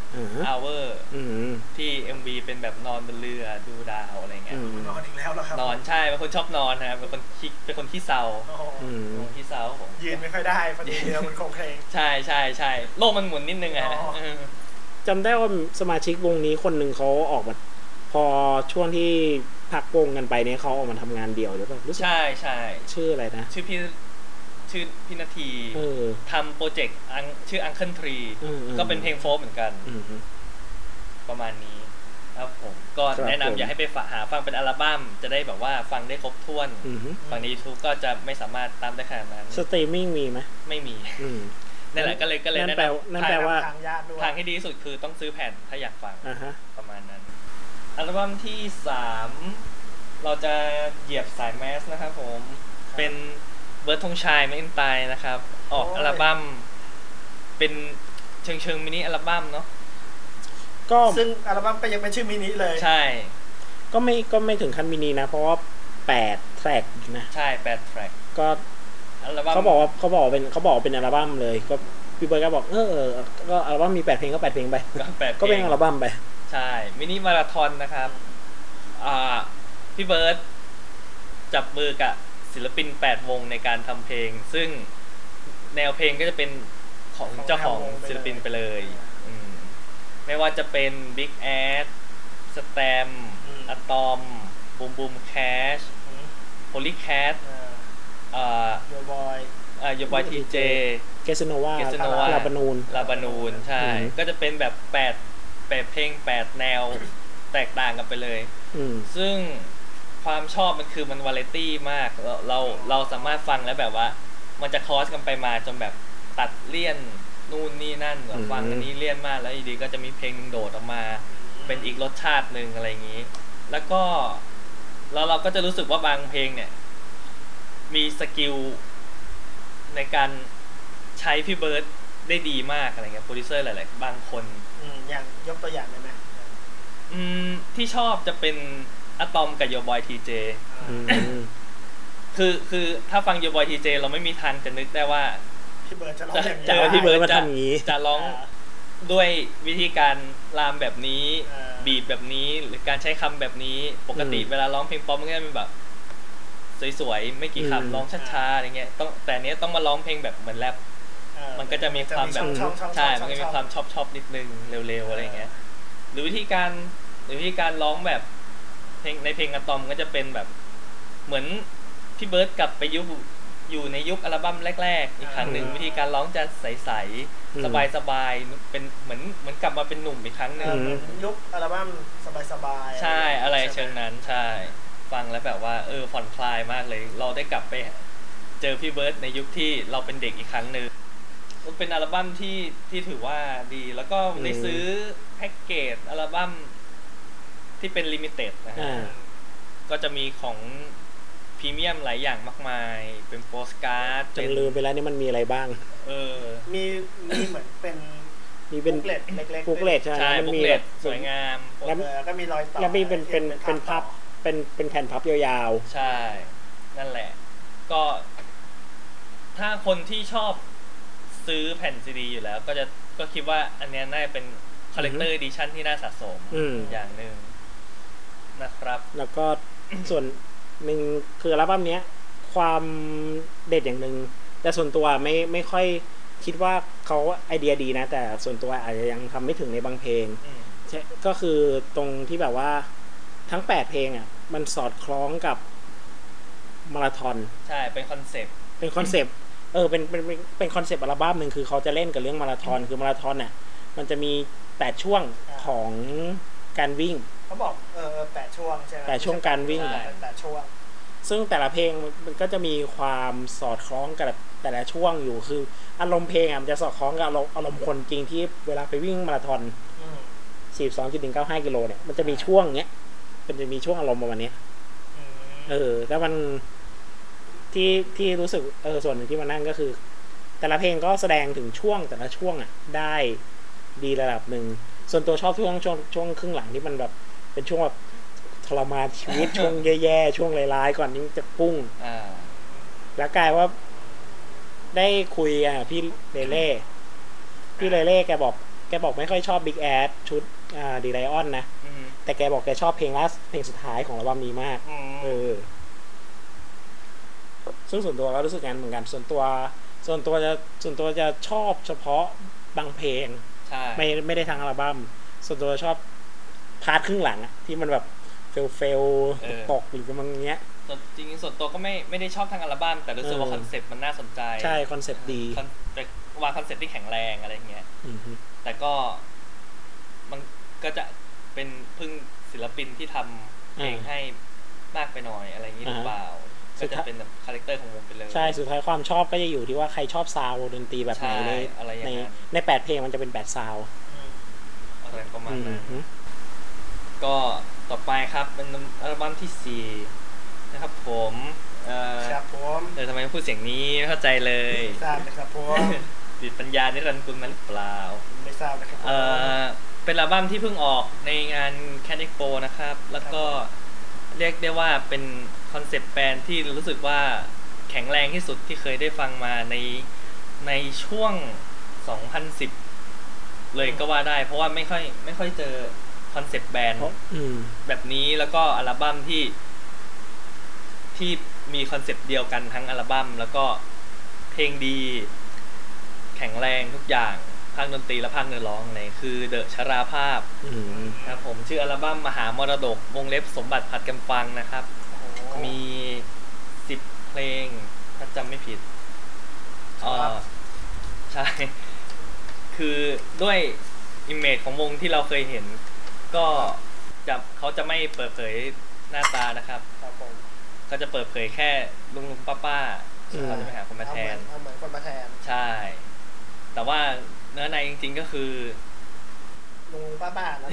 S2: hour ที่ MV เป็นแบบนอนบนเรือดูดาวอะไรเงี้ย
S4: นอนอีกแล้วเหรอครับ
S2: นอนใช่เป็นคนชอบนอนนะครับเป็นคนขี้เศร้าขี้เศร้าผม
S4: ยืนไม่ค่อยได้พอดีเรือมันโคงเคง
S2: ใช่โลกมันหมุนนิดนึงอะ
S3: จำได้ว่าสมาชิกวงนี้คนหนึ่งเขาออกมาพอช่วงที่พักวงกันไปเนี่ยเขาออกมาทำงานเดี่ยวหรือเปล่า
S2: ใช่
S3: ชื่ออะไรนะ
S2: ชื่อพี่นาทีทำโปรเจกต์ชื่อ Uncle Tree ก็เป็นเพลงโฟล์เหมือนกันประมาณนี้ครับผมก็แนะนำอยากให้ไปหาฟังเป็นอัลบั้มจะได้แบบว่าฟังได้ครบถ้วนฟังใน YouTube ก็จะไม่สามารถตามได้ขนาดนั้น
S3: สตรีมมิ่งมีไหม
S2: ไม่มีนั่นแหละก็เลย
S3: นั่นแปลว่า
S2: ทางที่ดีที่สุดคือต้องซื้อแผ่นถ้าอยากฟังประมาณนั้นอัลบั้มที่3เราจะเหยียบสายแมสนะครับผมเป็นเบิร์ดธงชัยไม่อินไตนะครับออกอัลบั้มเป็นเชิงมินิอัลบั้มเนาะ
S4: ก็ซึ่งอัลบั้มก็ยังเป็นชื่อมินิเลย
S2: ใช่
S3: ก็ไม่ถึงขั้นมินินะเพราะว่า8แทร็กนะ
S2: ใช่8แทร็ก
S3: ก็เขาบอกเป็นอัลบั้มเลยก็พี่เบิร์ดก็บอกก็อัลบั้มมี8เพลงก็8เพลงไปก็เป็นอัลบั้มไป
S2: ใช่มินิมาราธอนนะครับพี่เบิร์ดจับมือกับศิลปิน8วงในการทำเพลงซึ่งแนวเพลงก็จะเป็นของเจ้าของศิลปินไปเลยไม่ว่าจะเป็น Big Ass Stam Atom Boom Boom Cash Polycat Your Boy TJ
S3: เกสโนวาลาบานูนใช่
S2: ก็จะเป็นแบบ8เพลง8แนวแตกต่างกันไปเลยซึ่งความชอบมันคือมันวาไรตี้มากเราสามารถฟังแล้วแบบว่ามันจะคอสกันไปมาจนแบบตัดเลี่ยนนู่นนี่นั่นฟังอันนี้เลี่ยนมากแล้วอยู่ดีก็จะมีเพลงนึงโดดออกมาเป็นอีกรสชาตินึงอะไรอย่างนี้แล้วก็เราก็จะรู้สึกว่าบางเพลงเนี่ยมีสกิลในการใช้พี่เบิร์ดได้ดีมากอะไรเงี้ยโปรดิวเซอร์หลายๆบางคน
S4: อย่างยกตัวอย่างได้ไหม
S2: ที่ชอบจะเป็นอะตอมกับYour Boy TJ คือถ้าฟังYour Boy TJ เราไม่มีทางจะนึกได้ว่า
S4: พี่เบิร์ดจะร้องอย่างนี้
S3: พี่เบิร์ดมาทำอย่างนี้
S2: จะร้องด้วยวิธีการรามแบบนี้บีทแบบนี้หรือการใช้คำแบบนี้ปกติเวลาร้องเพลงป๊อปมันก็จะเป็นแบบสวยๆไม่กี่คำร้องช้าๆอะไรเงี้ยแต่เนี้ยต้องมาร้องเพลงแบบเหมือนแรปมันก็จะมีความแบบใช่มันก็มีความชอบนิดนึงเร็วๆอะไรเงี้ยหรือวิธีการร้องแบบในเพลงอะตอมก็จะเป็นแบบเหมือนพี่เบิร์ดกลับไปอยู่ในยุคอัลบั้มแรกๆอีกครั้งหนึ่งวิธีการร้องจะใสๆสบายๆเป็นเหมือนกลับมาเป็นหนุ่มอีกครั้งหนึ่ง
S4: ยุคอัลบั้มสบาย
S2: ๆใช่อะไรเชิงนั้นใช่ฟังแล้วแบบว่าผ่อนคลายมากเลยเราได้กลับไปเจอพี่เบิร์ดในยุคที่เราเป็นเด็กอีกครั้งหนึ่งมันเป็นอัลบั้มที่ถือว่าดีแล้วก็ได้ซื้อแพ็กเกจอัลบั้มที่เป็นลิมิเต็ดนะฮะก็จะมีของพรีเมียมหลายอย่างมากมายเป็นโปสการ์ด
S3: จนลืมไปแล้วนี่มันมีอะไรบ้าง
S4: มีเหมือนเป็น
S3: บุ๊กเล็ตเล็กๆบุ๊กเล็ตใช่
S2: มันมีแบบสวยงาม
S4: แล้วก็มีรอยต่อ
S3: แล้วมีเป็นพับเป็นแผ่นพับยาว
S2: ๆใช่นั่นแหละก็ถ้าคนที่ชอบซื้อแผ่นซีดีอยู่แล้วก็คิดว่าอันนี้น่าจะเป็นคอลเลกเตอร์อีดิชั่นที่น่าสะสมอย่างนึงนะครับ
S3: แล้วก็ส่วนหนึ่งคืออัลบั้มนี้ความเด็ดอย่างหนึ่งแต่ส่วนตัวไม่ค่อยคิดว่าเขาไอเดียดีนะแต่ส่วนตัวอาจจะยังทำไม่ถึงในบางเพลงก็คือตรงที่แบบว่าทั้ง8เพลงอ่ะมันสอดคล้องกับมาราธอน
S2: ใช่เป็นคอนเซปต์
S3: เป็นคอนเซปต์เป็นคอนเซปต์อัลบั้มนึงคือเขาจะเล่นกับเรื่องมาราธอนคือมาราธอนเนี่ยมันจะมี8ช่วงของการวิ่ง
S4: เขาบอก8ช่วงใช่ไหม
S3: 8ช่วงการวิ่ง
S4: 8ช่วง
S3: ซึ่งแต่ละเพลงมันก็จะมีความสอดคล้องกับแต่ละช่วงอยู่คืออารมณ์เพลงอ่ะมันจะสอดคล้องกับอารมณ์คนจริงที่เวลาไปวิ่งมาราธอน 42.195 กิโลเนี่ยมันจะมีช่วงเนี้ยมันจะมีช่วงอารมณ์ประมาณนี้แล้วมันที่รู้สึกส่วนหนึ่งที่มานั่งก็คือแต่ละเพลงก็แสดงถึงช่วงแต่ละช่วงอ่ะได้ดีระดับหนึ่งส่วนตัวชอบช่วงครึ่งหลังที่มันแบบเป็นช่วงแบบทรมานชีวิต ช่วงแย่ๆช่วงร้ายๆก่อนที่จะพุ่งแล้วกลายว่าได้คุยพี่เลเล่แกบอกไม่ค่อยชอบ Big Ass ชุดดีไลออนนะแต่แกบอกแกชอบเพลงสุดท้ายของอัลบั้มนี้มากซึ่งส่วนตัวก็รู้สึกงั้นเหมือนกันส่วนตัวจะชอบเฉพาะบางเพลงไม่ได้ทั้งอัลบั้มส่วนตัวชอบพาร์ทครึ่งหลังอะที่มันแบบเฟลตกหรือมันเงี้ย
S2: จริงๆส่วนตัวก็ไม่ได้ชอบทั้งอัลบั้มแต่รู้สึกว่าคอนเซ็ปต์มันน่าสนใจ
S3: ใช่คอนเซ็ปต์ดี
S2: วางคอนเซ็ปต์ที่แข็งแรงอะไรเงี้ยแต่ก็ก็จะเป็นพึ่งศิลปินที่ทำเพลงให้มากไปหน่อยอะไรอย่างนี้หรือเปล่าก็จะเป็นแบบคาแรคเตอร์ของวงไปเลย
S3: ใช่สุดท้ายความชอบก็จะอยู่ที่ว่าใครชอบซาวด์ดนตรีแบบไหนใน8เพลงมันจะเป็น8ซาวด์
S2: อะไรประมาณนั้นก็ต่อไปครับเป็นอัลบั้มที่4นะครับผม
S4: ครับผม
S2: ทำไมพูดเสียงนี้ไม่เข้าใจเลย
S4: ทราบนะครับผม
S2: ติดปัญญานิรันดร์กุลมาหรือเปล่า
S4: ไม่ทราบนะครับ
S2: เป็นอัลบั้มที่เพิ่งออกในงาน Cat Expo นะครับแล้วก็เรียกได้ว่าเป็นคอนเซปต์แบนด์ที่รู้สึกว่าแข็งแรงที่สุดที่เคยได้ฟังมาในช่วง2010เลยก็ว่าได้เพราะว่าไม่ค่อยเจอคอนเซปต์แบนด์แบบนี้แล้วก็อัลบั้มที่มีคอนเซปต์เดียวกันทั้งอัลบั้มแล้วก็เพลงดีแข็งแรงทุกอย่างภาคดนตรีและภาคเนื้อร้องเลยคือเดอะชราภาพครับผมชื่ออัลบั้มมหามรดกวงเล็บสมบัติผัดกันฟังนะครับมี10เพลงถ้าจำไม่ผิดใช่คือด้วยอิมเมจของวงที่เราเคยเห็นก็เขาจะไม่เปิดเผยหน้าตานะครับก็จะเปิดเผยแค่ลุงป้าเขาจะไปหาคนมาแทน
S4: เหมือนคนมาแทน
S2: ใช่แต่ว่าเนื้อในจริงๆก็คือ
S4: ลุงป้าแล้ว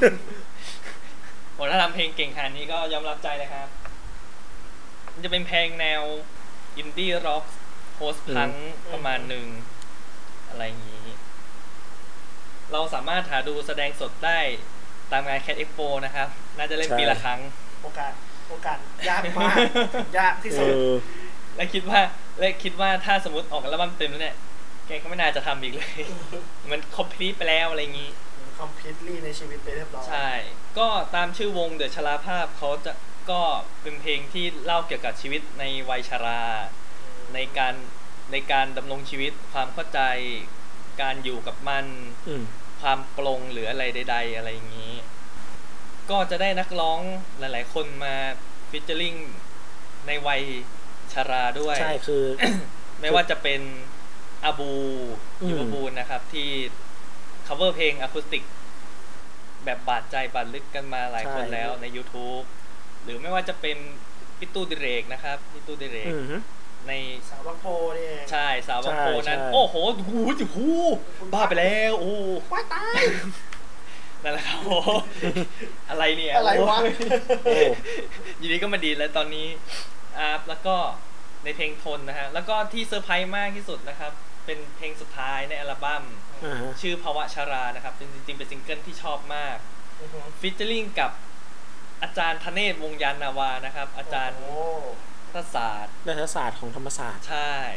S2: ถ้าทำเพลงเก่งขนาดนี้ก็ยอมรับใจเลยครับมันจะเป็นเพลงแนวอินดี้ร็อกโพสต์พังประมาณหนึ่งอะไรอย่างนี้เราสามารถหาดูแสดงสดได้ตามงาน Cat Expo นะครับน่าจะเล่นปีละครั้ง
S4: โอกาสยากมากยากที่สุด
S2: และคิดว่าถ้าสมมติออกอัลบั้มเต็มแล้วเนี่ยแกก็ไม่น่าจะทำอีกเลยมันคอมพลีทไปแล้วอะไรอย่างนี้
S4: คอมพลีทลี่ในชีวิตไปเรียบร้อย
S2: ใช่ก็ตามชื่อวงเดอะชราภาพเขาจะก็เป็นเพลงที่เล่าเกี่ยวกับชีวิตในวัยชราในการดำรงชีวิตความเข้าใจการอยู่กับมันความปลงหรืออะไรใดๆอะไรอย่างนี้ก็จะได้นักร้องหลายๆคนมาฟีเจอริ่งในวัยชราด้วย
S3: ใช่คือ
S2: ไม่ว่าจะเป็นอาบูยูบูนนะครับที่ cover เพลงอะคูสติกแบบบาดใจบาดลึกกันมาหลายคนแล้วใน YouTube หรือไม่ว่าจะเป็นพี่ตู้ดิเรกนะครับพี่ตู้ดิเรกใน
S4: สาวบังโพนี่
S2: ใช่สาวบังโพนั้นโอ้โหหูบ้าไปแล้วโอ้
S4: ว้ายตาย
S2: นั่นแหละครับอะไรเนี่ย
S4: อะไรวะ
S2: อยู่ดีก็มาดีแล้วตอนนี้แล้วก็ในเพลงทนนะฮะแล้วก็ที่เซอร์ไพรส์มากที่สุดนะครับเป็นเพลงสุดท้ายในอัลบั้มชื่อภาวะชรานะครับจริงๆเป็นซิงเกิลที่ชอบมากฟีเจอริ่งกับอาจารย์ธเนศวงยานนาวานะครับอาจารย์รัฐศาสต
S3: ร์ของธรรมศาสตร์
S2: ใช่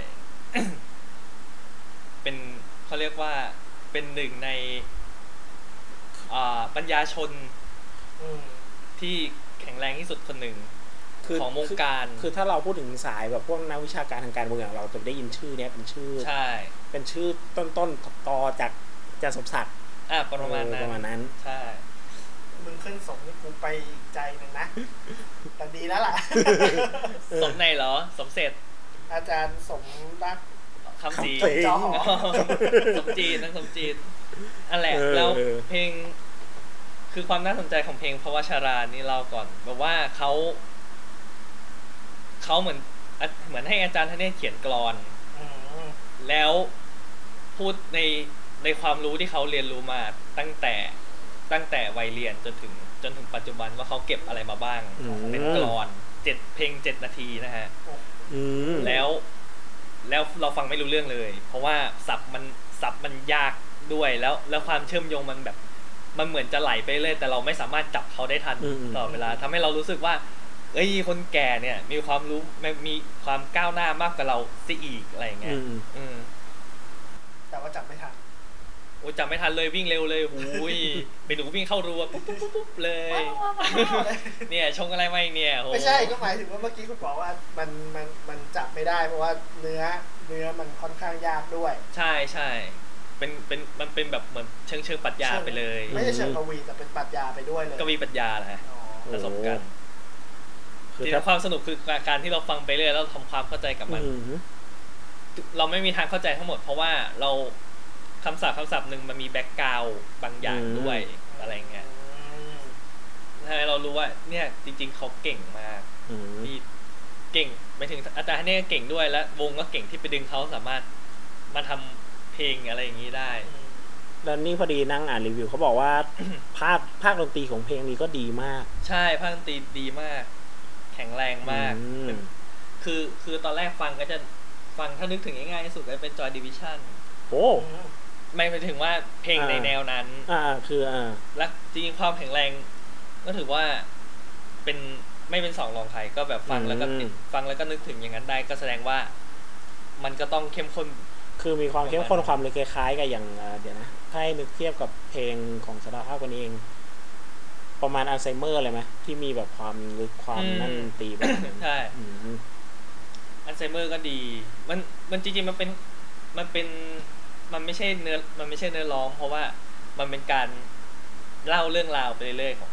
S2: เป็นเขาเรียกว่าเป็นหนึ่งในปัญญาชนที่แข็งแรงที่สุดคนหนึ่งของวงการ
S3: คือถ้าเราพูดถึงสายแบบพวกนักวิชาการทางการเมืองเราจะได้ยินชื่อเนี้ยเป็นชื่อ
S2: ใช่
S3: เป็นชื่อต้นต่อจากอาจารย์สมศักดิ์
S2: ประมาณนั้นใช่
S4: มึงขึ้นสมนี่กูไปใจหนึ่งนะแต่ดีแล้วล่ะ
S2: สมในเหรอสมเสร็จ
S4: อาจารย์สมรัก
S2: คำศรีสมจีนนั่งสมจีนอันแหละแล้วเพลงคือความน่าสนใจของเพลงภาวะชรานี่เราก่อนแบบว่าเขาเหมือนให้อาจารย์ท่านนี้เขียนกลอนแล้วพูดในความรู้ที่เขาเรียนรู้มาตั้งแต่วัยเรียนจนถึงปัจจุบันว่าเขาเก็บอะไรมาบ้างเป็นกลอน7เพลง7นาทีนะฮะแล้วเราฟังไม่รู้เรื่องเลยเพราะว่าศัพท์มันยากด้วยแล้วความเชื่อมโยงมันแบบมันเหมือนจะไหลไปเลยแต่เราไม่สามารถจับเขาได้ทันตลอดเวลาทำให้เรารู้สึกว่าคนแก่เนี่ยมีความรู้มีความก้าวหน้ามากกว่าเราซะอีกอะไรอย่างเงี้ย
S4: แต่ว่าจับไม่ทัน
S2: โอ้จับไม่ทันเลยวิ่งเร็วเลยหูยเป็นหนูวิ่งเข้ารัวปุ๊บเลยเนี่ยชงอะไรไม่เนี่ย
S4: ไม่ใช่ก็หมายถึงว่าเมื่อกี้คุณบอกว่ามันจับไม่ได้เพราะว่าเนื้อมันค่อนข้างยากด้วย
S2: ใช่มันเป็นแบบเหมือนเชิงปรัชญาไปเลย
S4: ไม่ใช่เชิงกวีแต่เป็นปรัชญาไปด้วยเลย
S2: กวีปรัชญาแหละผสมกันที่ความสนุกคือการที่เราฟังไปเรื่อยแล้วทำความเข้าใจกับมันเราไม่มีทางเข้าใจทั้งหมดเพราะว่าเราคำศัพท์หนึ่งมันมีแบ็คกราวด์บางอย่างด้วยอะไรเงี้ยทำให้เรารู้ว่าเนี่ยจริงๆเขาเก่งมากที่เก่งไปถึงอาจารย์เนี่ยเก่งด้วยและวงก็เก่งที่ไปดึงเขาสามารถมาทำเพลงอะไรอย่างนี้ได้
S3: แล้วนี่พอดีนั่งอ่านรีวิวเขาบอกว่า ภาคดนตรีของเพลงนี้ก็ดีมาก
S2: ใช่ภาคดนตรีดีมากแข็งแรงมากคือตอนแรกฟังก็จะฟังถ้านึกถึงง่ายๆที่สุดก็เป็น Joy Division
S3: โอ้
S2: ไม่ไปถึงว่าเพลงในแนวนั้น
S3: คือ
S2: และจริงๆความแข็งแรงก็ถือว่าเป็นไม่เป็นสองรองใครก็แบบฟังแล้วก็นึกถึงอย่างนั้นได้ก็แสดงว่ามันก็ต้องเข้มข้น
S3: คือมีความเข้มข้นความเลยคล้ายๆกับอย่างเดี๋ยวนะถ้าให้นึกเทียบกับเพลงของสตาร์ภาคคนเองประมาณอัลไซเมอร์เลยไหมที่มีแบบความลึกความนั่นตีแบบ
S2: ใช่อัลไซเมอร์ก็ดีมันจริงๆมันไม่ใช่เนื้อร้องเพราะว่ามันเป็นการเล่าเรื่องราวไปเรื่อยๆ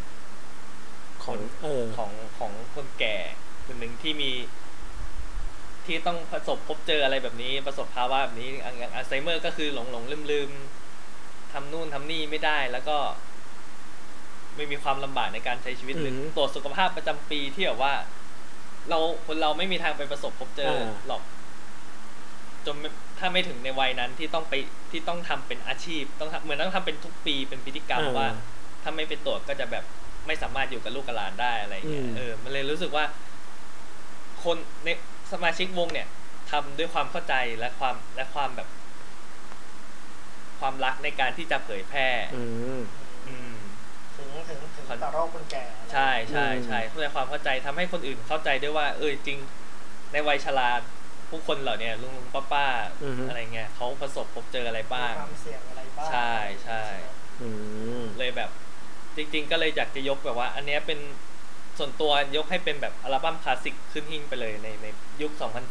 S2: ของคนแก่คนหนึ่งที่ต้องพบเจออะไรแบบนี้ประสบภาวะแบบนี้อย่างอัลไซเมอร์ก็คือหลงลืมทำนู่นทำนี่ไม่ได้แล้วก็ไม่มีความลำบากในการใช้ชีวิตหรือตรวจสุขภาพประจำปีที่แบบว่าคนเราไม่มีทางไปประสบพบเจอหรอกจนถ้าไม่ถึงในวัยนั้นที่ต้องทำเป็นอาชีพเหมือนต้องทำเป็นทุกปีเป็นพิธีกรรมว่าถ้าไม่ไปตรวจก็จะแบบไม่สามารถอยู่กับลูกกับหลานได้อะไรอย่างเงี้ยมันเลยรู้สึกว่าคนในสมาชิกวงเนี่ยทำด้วยความเข้าใจและความแบบความรักในการที่จะเผยแพร่
S4: ถึงต่อโรคคนแก่
S2: ใช่เพื่อความเข้าใจทำให้คนอื่นเข้าใจด้วยว่าจริงในวัยชราผู้คนเหล่านี้ลุงป้าอะไรเงี้ยเขาประสบพบเจออะไรบ้าง
S4: ความเสี่ยงอะไรบ้าง
S2: ใช่เลยแบบจริงๆก็เลยอยากจะยกแบบว่าอันนี้เป็นส่วนตัวยกให้เป็นแบบอัลบั้มคลาสสิกขึ้นหิ้งไปเลยในยุค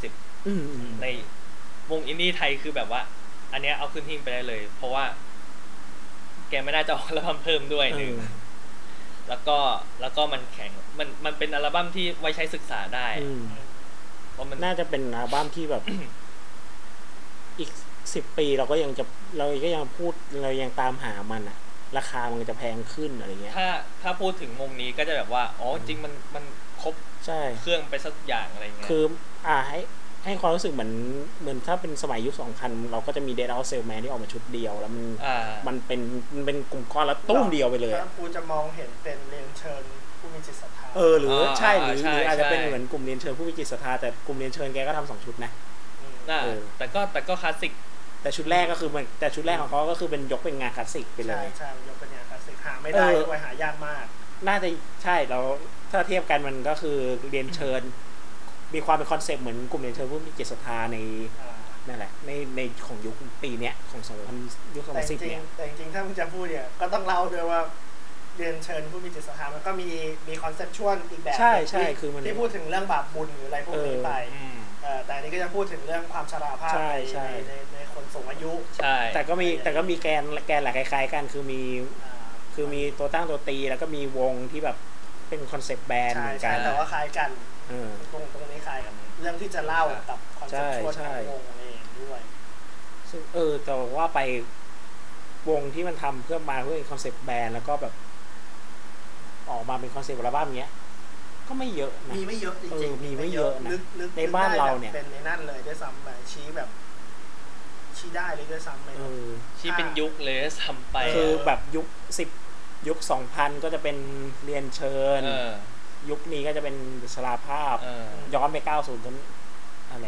S2: 2010ในวงอินดี้ไทยคือแบบว่าอันนี้เอาขึ้นหิ้งไปได้เลยเพราะว่าแกไม่น่าจะออกอัลบั้มเพิ่มด้วยนึงแล้วก็มันแข็งมันเป็นอัลบั้มที่ไว้ใช้ศึกษาได้
S3: เพราะมันน่าจะเป็นอัลบั้มที่แบบ อีก10 ปีเราก็ยังพูดเรายังตามหามันอะราคามันจะแพงขึ้นอะไรเงี้ย
S2: ถ้าพูดถึงมุมนี้ก็จะแบบว่าจริงมันครบเครื่องไปสักอย่างอะไรเงี้ย
S3: คือให้ความรู้สึกเหมือนถ้าเป็นสมัยยุค 2000เราก็จะมี Dead Out Salesman ที่ออกมาชุดเดียวแล้วมันเป็นกลุ่มก้อนแล้วตุ้มเดียวไปเลย
S4: ถ้ากูจะมองเห็นเป็นเรียนเชิญผู้มีจิตศรัทธา
S3: หรือใช่หรืออาจจะเป็นเหมือนกลุ่มเรียนเชิญผู้มีจิตศรัทธาแต่กลุ่มเรียนเชิญแกก็ทำ2 ชุดนะ
S2: แต่ก็คลาสสิก
S3: แต่ชุดแรกก็คือแต่ชุดแรกของเขาก็คือเป็นยกเป็นงานคลาสสิกไปเลย
S4: ใช่ยกเป็นงานคลาสสิกหาไม่ได้ไว้หายากมาก
S3: น่าจะใช่เราถ้าเทียบกันมันก็คือเรียนเชิญมีความเป็นคอนเซปต์เหมือนกลุ่มเรียนเชิญผู้มีจิตศรัทธาในนั่นแหละในของยุคปีเนี้ยของยุค2010เนี่ย
S4: แต่จริงๆถ้ามึงจะพูดเนี่ยก็ต้องเล่าด้วยว่าเรียนเชิญผู้มีจิตศรัทธามันก็มีคอนเซปชวลอีกแบบ
S3: ใช่คือมัน
S4: ที่พูดถึงเรื่องบาปบุญหรืออะไรพวกนี้ไปแต่อันนี้ก็จะพูดถึงเรื่องความชราภาพในคนสูงอายุ
S2: ใช่
S3: แต่ก็มีแกนหลายคล้ายๆกันคือมีตัวตั้งตัวตีแล้วก็มีวงที่แบบเป็นคอนเซปต์แบนด์เหมือนกัน
S4: แต่ว่าคล้ายกันตรงนี้คล้ายกันเรื่องที่จะเล่ากับคอนเซปต์ชวลของวงเองด้วย
S3: ซึ่งแต่ว่าไปวงที่มันทำเพื่อคอนเซปต์แบนด์แล้วก็แบบออกมาเป็นคอนเซปต์อัลบั้มเงี้ยก็ไม่เยอะนะ
S4: มีไม่เยอะจริง
S3: ๆมีไม่เยอะนะในบ้านเราเนี่ย
S4: เป็นในนั่นเลยด้วยซ้ำแบบชี้ได้เลยด้วยซ้ำไป
S2: ชี้เป็นยุคเลยซ้ำไป
S3: คือแบบยุค 2000 ก็จะเป็นเรียนเชิญยุคนี้ก็จะเป็นชราภาพย้อนไป90กันอะไร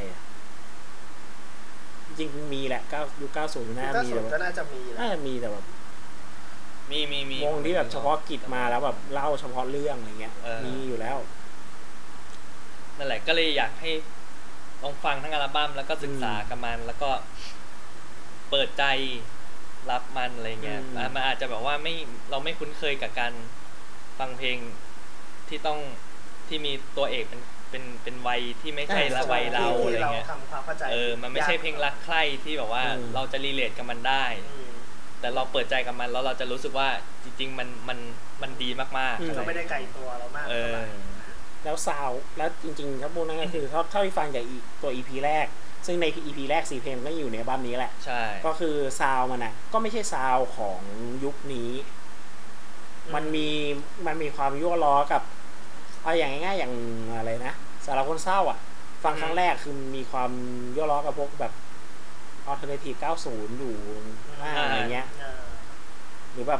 S3: จริงมีแหละยุค90น่ามีแต่
S4: ก็น่าจะมี
S3: แต่แบบ
S2: มี
S3: วงที่แบบเฉพาะกิจมาแล้วแบบเล่าเฉพาะเรื่องอะไรเงี้ยมีอยู่แล้ว
S2: นั่นแหละก็เลยอยากให้ลองฟังทั้งอัลบั้มแล้วก็ศึกษากับมันแล้วก็เปิดใจรับมันอะไรเงี้ยมันอาจจะแบบว่าเราไม่คุ้นเคยกับการฟังเพลงที่มีตัวเอกเป็นวัยที่ไม่ใช่ละวัยเราอะไรเงี้ยมันไม่ใช่เพลงรักใคร่ที่แบบว่าเราจะรีเลทกับมันได้แต่เราเปิดใจกับมันแล้วเราจะรู้สึกว่าจริงๆมันดีมาก
S4: ๆเราไม่ได้ไกลตัวเรามาก
S3: แล้วซาวแล้วจริงๆถ้าพูดนั่นก็คือถ้าไปฟังจากตัว EP แรกซึ่งใน EP แรก4 เพลงก็อยู่ในอัลบั้มนี้แหละ
S2: ใช่
S3: ก็คือซาวมันก็ไม่ใช่ซาวของยุคนี้มันมีความยั่วล้อกับเอาอย่างง่ายๆอย่างอะไรนะสารคนเศร้าอ่ะฟังครั้งแรกคือมีความยั่วล้อกับพวกแบบ alternative 90อยู่อะไรเงี้ยหรือแบบ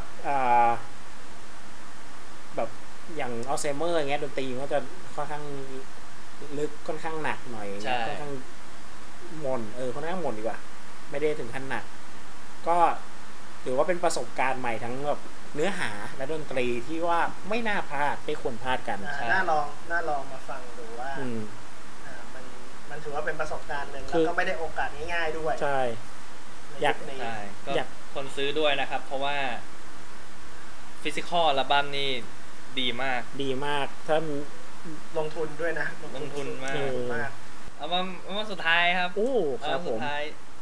S3: แบบอย่างอัลไซเมอร์อย่างเงี้ยดนตรีก็จะค่อนข้างลึกค่อนข้างหนักหน่อยค่อนข้างหม่นค่อนข้างหม่นดีกว่าไม่ได้ถึงขั้นหนักก็ถือว่าเป็นประสบการณ์ใหม่ทั้งแบบเนื้อหาและดนตรีที่ว่าไม่น่าพลาดไม่ควรพลาดกัน
S4: น่าลองมาฟังดูว่ามันถือว่าเป็นประสบการณ์หนึ่งแล้วก็ไม่ได้โอกาสง่ายๆด้วย
S3: ใช่
S2: อยากคนซื้อด้วยนะครับเพราะว่าฟิสิกอลอัลบั้มนี่ดีมาก
S3: ถ้า
S4: ลงทุนด้วยนะ
S2: ลงทุนมากอัลบั้มสุดท้ายครับ
S3: ครับผม
S2: สุดท้าย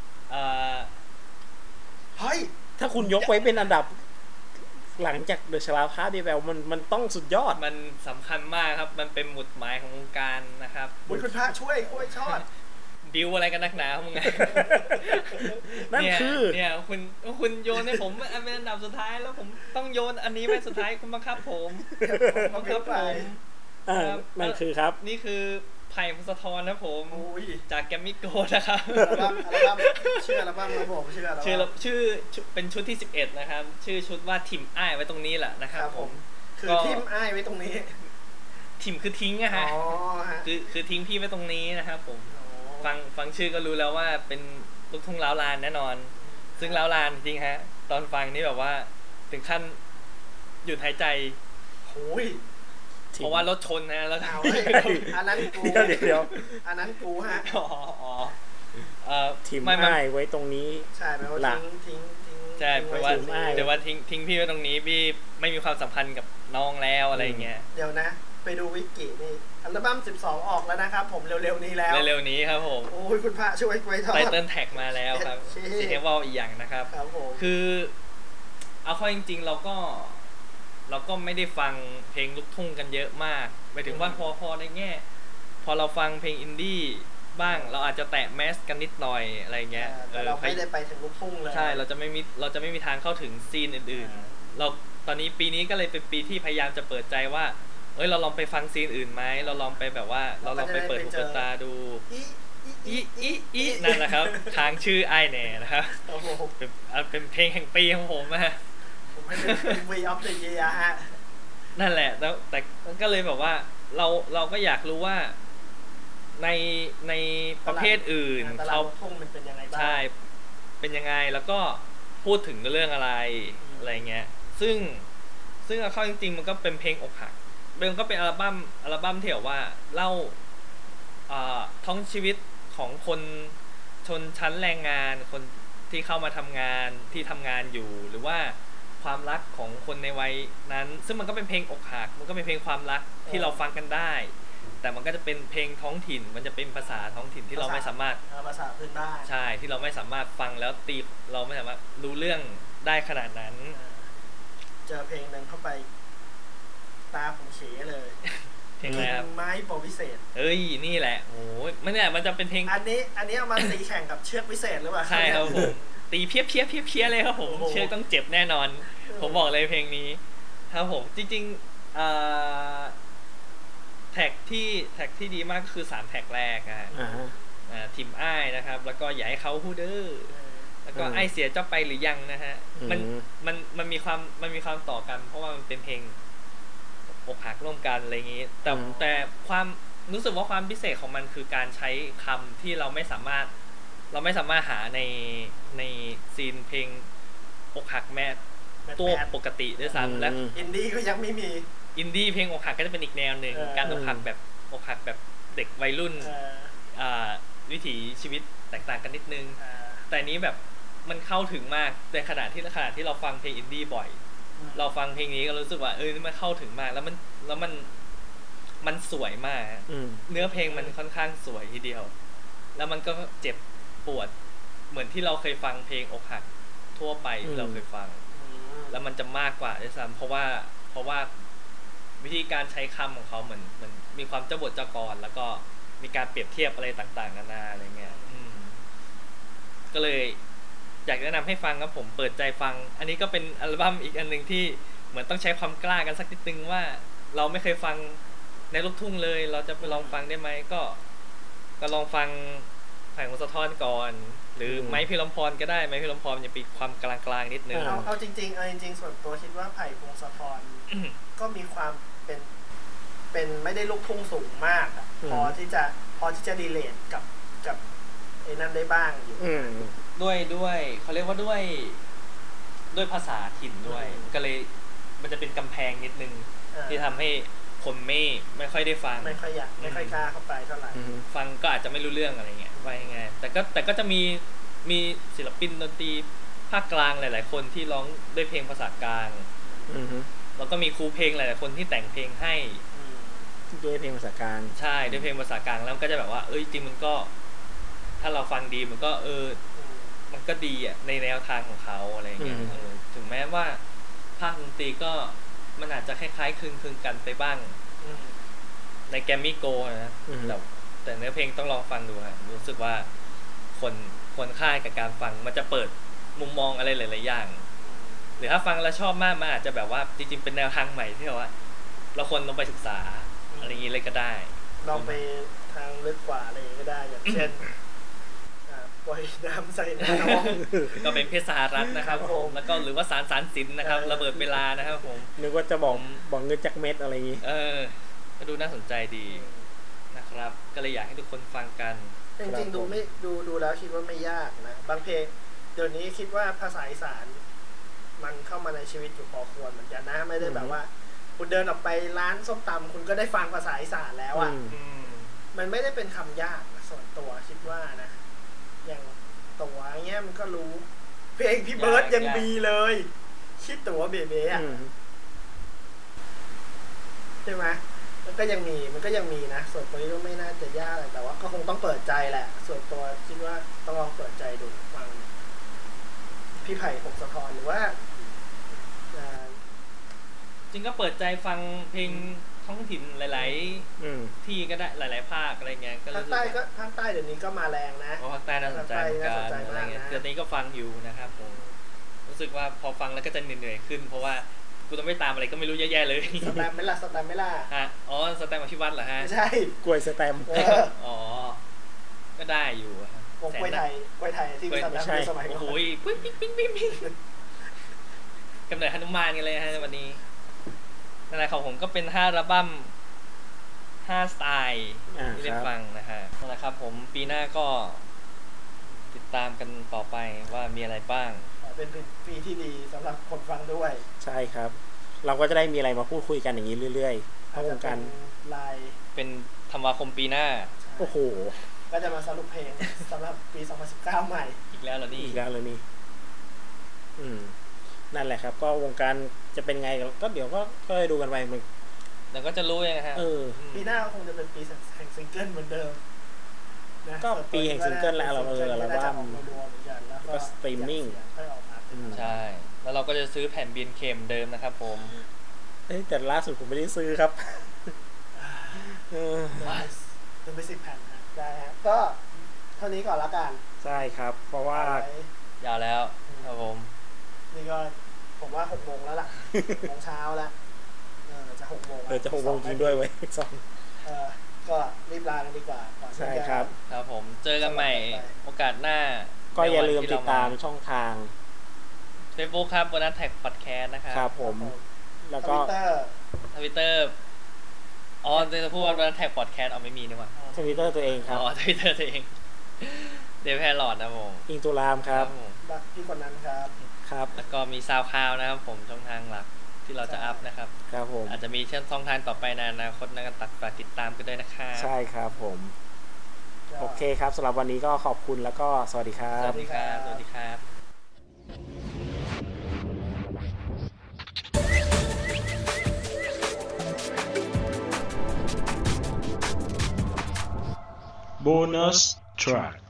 S4: เฮ้ย
S3: ถ้าคุณยกไว้เป็นอันดับหลังจากเดอะชลาภาพดีแววมันต้องสุดยอด
S2: มันสำคัญมากครับมันเป็นหมุดหมายของวงการนะครับ
S4: บุญคุณพระช่วยชอด
S2: บิวอะไรกันนักหนามึงไง
S3: นั่นคือ
S2: เนี่ยคุณโยนให้ผมเป็นอันดับสุดท้ายแล้วผมต้องโยนอันนี้ไปสุดท้ายคุณบังคับผม
S4: บังคับผม
S3: นั่นคือครับ
S2: นี่คือไผ่พงศธรนะผมจากแกมมี่โกลด์นะครับ
S4: อัลบั้มชื่ออัลบั้มครับผม
S2: ชื่อเป็นชุดที่11นะครับชื่อชุดว่าทิมอ้ายไว้ตรงนี้แหละนะครับผม
S4: คือทิมอ้ายไว้ตรงนี้
S2: ทิมคือทิ้งนะฮะคือทิ้งพี่ไว้ตรงนี้นะครับผมฟังชื่อก็รู้แล้วว่าเป็นลูกทุ่งล้าวลานแน่นอนซึ่งล้าวลานจริงฮะตอนฟังนี่แบบว่าถึงขั้นหยุดหายใจ
S4: โอ้ย
S2: เพราะว่ารถชนนะแล้ว
S4: อันนั้นกูอันนั้นกูฮะ
S3: ทีมอ้ายไว้ตรงนี้
S4: ใช่แปลว่าทิ้ง
S2: ใช่เพราะว่าทิ้งพี่ไว้ตรงนี้พี่ไม่มีความสัมพันธ์กับน้องแล้วอะไรเงี้ย
S4: เดี๋ยวนะไปดูวิกินี่อัลบั้ม12ออกแล้วนะครับผมเร็วๆนี้แล้ว
S2: เร็วๆนี้ครับผม
S4: โอ้ยคุณพระช่วยไว้ทอด
S2: ไตเติ้ลแท็กมาแล้วครับซีเฮเวลอีกอย่างนะครับคือเอาเข้าจริงๆเราก็ไม่ได้ฟังเพลงลูกทุ่งกันเยอะมากหมายถึงว่าพอในแง่พอเราฟังเพลงอินดี้บ้างเราอาจจะแตะแมสกันนิดหน่อยอะไรเงี้ย
S4: เราไม่ได้ไปถึงลูกทุ่งเลย
S2: ใช่เราจะไม่มีทางเข้าถึงซีนอื่นๆเราตอนนี้ปีนี้ก็เลยเป็นปีที่พยายามจะเปิดใจว่าเราลองไปฟังซีนอื่นไหมเราลองไปแบบว่าเราลองไปเปิดหูเปิดตาดูอีนั่นนะครับทางชื่อไอแหน่นะครับเป็นเพลงแห่งปีของผมนะ
S4: ผมให้เป็น V of the Year ฮะ
S2: นั่นแหละแล้วแต่ก็เลยแบบว่าเราก็อยากรู้ว่าในประเภทอื่น
S4: เขาทุ่งมันเป็นยังไงบ้าง
S2: ใช่เป็นยังไงแล้วก็พูดถึงเรื่องอะไรเงี้ยซึ่งเอาเข้าจริงๆมันก็เป็นเพลงอกหักมันก็เป็นอัลบั้มที่แบบว่าเล่าท้องชีวิตของคนชนชั้นแรงงานคนที่เข้ามาทำงานที่ทำงานอยู่หรือว่าความรักของคนในวัยนั้นซึ่งมันก็เป็นเพลงอกหักมันก็เป็นเพลงความรักที่เราฟังกันได้แต่มันก็จะเป็นเพลงท้องถิ่นมันจะเป็นภาษาท้องถิ่นที่เราไม่สามารถ
S4: ภาษาพื้นบ้าน
S2: ใช่ที่เราไม่สามารถฟังแล้วตีเราไม่สามารถรู้เรื่องได้ขนาดนั้น
S4: เจอเพลงนึงเข้าไปตาผมเฉยเลย
S2: เพลงอะไรครับ
S4: ไม้ปอวิเศษ
S2: นี่แหละโอ้ยมันจะเป็นเพลง
S4: อันนี้เอามาตีแข่งกับเชือกวิเศษหรือเปล่า
S2: ใช่ครับผมตีเพี้ยเลยครับผมเชือกต้องเจ็บแน่นอนผมบอกเลยเพลงนี้ครับผมจริงๆแท็กที่ดีมากก็คือ3แท็กแรกทีมอ้ายนะครับแล้วก็อย่าให้เขาฮู้เด้อแล้วก็ไอเสียเจ้าไปหรือยังนะฮะมันมีความต่อกันเพราะว่ามันเป็นเพลงอกหักร่วมกันอะไรอย่างนี้แต่ความรู้สึกว่าความพิเศษของมันคือการใช้คำที่เราไม่สามารถหาในซีนเพลงอกหักแม้ตัวปกติด้วยซ้ำและ
S4: อินดี้ก็ยังไม่มี
S2: อินดี้เพลงอกหักก็จะเป็นอีกแนวหนึ่งการอกหักแบบเด็กวัยรุ่นวิถีชีวิตแตกต่างกันนิดนึงแต่นี้แบบมันเข้าถึงมากในขณะที่เราฟังเพลงอินดี้บ่อยเราฟังเพลงนี้ก็รู้สึกว่ามันเข้าถึงมากแล้วมันสวยมากเนื้อเพลงมันค่อนข้างสวยทีเดียวแล้วมันก็เจ็บปวดเหมือนที่เราเคยฟังเพลงอกหักทั่วไปที่เราเคยฟังแล้วมันจะมากกว่าด้วยซ้ำเพราะว่าวิธีการใช้คำของเขาเหมือนมีความเจ้าบทเจ้ากรแล้วก็มีการเปรียบเทียบอะไรต่างๆนานาอะไรเงี้ยก็เลยอยากแนะนำให้ฟังครับผมเปิดใจฟังอันนี้ก็เป็นอัลบั้มอีกอันนึงที่เหมือนต้องใช้ความกล้ากันสักนิดนึงว่าเราไม่เคยฟังในลูกทุ่งเลยเราจะไปลองฟังได้ไหมก็ลองฟังไผ่พงศธรก่อนหรือไม้พิรมพรก็ได้ไม้พิรมพรจะมีความกลางๆนิดนึง
S4: เอาจริงๆส่วนตัวคิดว่าไผ่พงศธรก็มีความเป็นไม่ได้ลูกทุ่งสูงมากพอที่จะดีเลทกับไอ้นั่นได้บ้างอยู่
S2: ด้วยเขาเรียกว่าด้วยภาษาถิ่นด้วยก็เลยมันจะเป็นกำแพงนิดนึงที่ทำให้คนไม่ค่อยได้ฟัง
S4: ไม่ค่อยกล้าเข้าไปเท่าไหร่
S2: ฟังก็อาจจะไม่รู้เรื่องอะไรเงี้ยว่ายังไงแต่ก็จะมีศิลปินดนตรีภาคกลางหลายๆคนที่ร้องด้วยเพลงภาษากลางแล้วก็มีครูเพลงหลายๆคนที่แต่งเพลงให้
S3: ด้วยเพลงภาษากลาง
S2: ใช่ด้วยเพลงภาษากลางแล้วก็จะแบบว่าจริงมันก็ถ้าเราฟังดีมันก็มันก็ดีอ่ะในแนวทางของเขาอะไรเงี้ยถึงแม้ว่าภาคดนตรีก็มันอาจจะคล้ายๆคลึงกันไปบ้างในแกรมมี่โกนะแต่เนื้อเพลงต้องลองฟังดูฮะรู้สึกว่าคนค่ายกับการฟังมันจะเปิดมุมมองอะไรหลายๆอย่างหรือถ้าฟังแล้วชอบมากมันอาจจะแบบว่าจริงๆเป็นแนวทางใหม่ที่แบบว่าเราควรลองไปศึกษาอะไรอย่างนี้เลยก็ได้
S4: ลองไปทางลึกกว่าอะไรก็ได้อย่างเช่นปล่อยน้ำใส่น้
S2: ำก็เป็นเพศสหรัฐนะครับผมแล้วก็หรือว่าสารสินนะครับระเบิดเวลานะครับผม
S3: นึกว่าจะบอกเงินจากเม็ดอะไรอย่างนี้
S2: ก็ดูน่าสนใจดีนะครับก็เลยอยากให้ทุกคนฟังกัน
S4: จริงๆดูแล้วคิดว่าไม่ยากนะบางเพลงเดี๋ยวนี้คิดว่าภาษาอีสานมันเข้ามาในชีวิตอยู่พอควรเหมือนกันนะไม่ได้แบบว่าคุณเดินออกไปร้านส้มตำคุณก็ได้ฟังภาษาอีสานแล้วอ่ะมันไม่ได้เป็นคำยากส่วนตัวคิดว่านะอย่างตัวเงี้ยมันก็รู้เพลงพี่เบิร์ดยังมีเลยคิดตัวเบเบ้อะใช่ไหมมันก็ยังมีนะส่วนตัวนี้ก็ไม่น่าจะยากแต่ว่าก็คงต้องเปิดใจแหละส่วนตัวคิดว่าต้องลองเปิดใจดูฟังพี่ไผ่พงศธรหรือว่า
S2: จริงก็เปิดใจฟังเพลงท้องถิ่นหลายๆที่ก็ได้หลายๆภาคอะไรเงี้ย
S4: ก็ภาคใต้เดี๋ยวนี้ก็มาแรงนะ
S2: ภาคใต้น่าสนใจกันอะไรเงี้ยเดี๋ยวนี้ก็ฟังอยู่นะครับผมรู้สึกว่าพอฟังแล้วก็จะเหนื่อยขึ้นเพราะว่ากูต้องไม่ตามอะไรก็ไม่รู้แย่ๆเลย
S4: สแตมไม่ล่ะ
S2: ฮะอ๋อสแตมมาที่วัดเหรอฮะ
S4: ใช่
S3: กล้วยสแตม
S2: อ๋อก็ได้อยู่
S4: ฮะกล้วยไทยที่สแตมสมัยก่อน
S2: โอ้ยปิ๊งกำเนิดหนุมานกันเลยฮะวันนี้นั่นแหละของผมก็เป็น5อัลบั้ม5สไตล์ที่ได้ฟังนะฮะนั่นแหละครับผมปีหน้าก็ติดตามกันต่อไปว่ามีอะไรบ้าง
S4: เป็นปีที่ดีสำหรับคนฟังด้วย
S3: ใช่ครับเราก็จะได้มีอะไรมาพูดคุยกันอย่างนี้เรื่อยๆเพราะวงการ
S4: ไลน์
S2: เป็นธันวาคมปีหน้า
S3: โอ้โห
S4: ก็จะมาสรุปเพลงสำหรับปี2019ใหม่
S2: อีกแล้วเหรอนี่
S3: นั่นแหละครับก็วงการจะเป็นไงก็เดี๋ยวก็ให้ดูกันไปมัน
S2: เดี๋ยวก็จะรู้เองฮะ
S4: ปีหน้าคงจะเป็นปีแห่งซิงเกิลเหมือนเดิม
S3: นะก็ปีแห่งซิงเกิลแล้วเราแล้วว่าก็สตรีมมิ่ง
S2: ใช่แล้วเราก็จะซื้อแผ่นบีนเคมเดิมนะครับผม
S3: แต่ล่าสุดผมไม่ได้ซื้อครับ
S4: ซื้อไป10 แผ่นนะได้ฮะก็เท่านี้ก่อนละกัน
S3: ใช่ครับเพราะว่
S2: ายาวแล้วครับผม
S4: นี่ก็ผมว่า6 โมงแล้วล่ะ6 โมงเช้าแล้วจะ6 โมง
S3: จะ6 โมงจริงด้วยไว้
S4: ก็รีบลากันดีกว่า
S3: ใช่ครับ
S2: ครับผมเจอกันใหม่โอกาสหน้า
S3: ก็อย่าลืมติดตามช่องทาง
S2: Facebook ครับบนนั้นแท็กพอดแคสต์นะครับ
S3: ครับผมแล้วก็
S2: Twitter อ๋อจะพูดว่าบนนั้นแท็กพอดแคสต์ไม่มีนี่หว่า
S3: Twitter ตัวเองครับ
S2: Twitter ตัวเองเดวแพรลอดนะผม
S3: อิงตุลามครับ
S4: บักพี่คนนั้นครับ
S2: แล้วก็มีซาวคลาวนะครับผมช่องทางหลักที่เราจะอัพนะครับ
S3: ครับผม
S2: อาจจะมีช่องทางต่อไปในอนาคตนะกันฝากติดตามกันด้วยนะครับ
S3: ใช่ครับผมโอเคครับสำหรับวันนี้ก็ขอบคุณแล้วก็สวัสดีครับ
S2: สวัสดีครับ
S1: Bonus track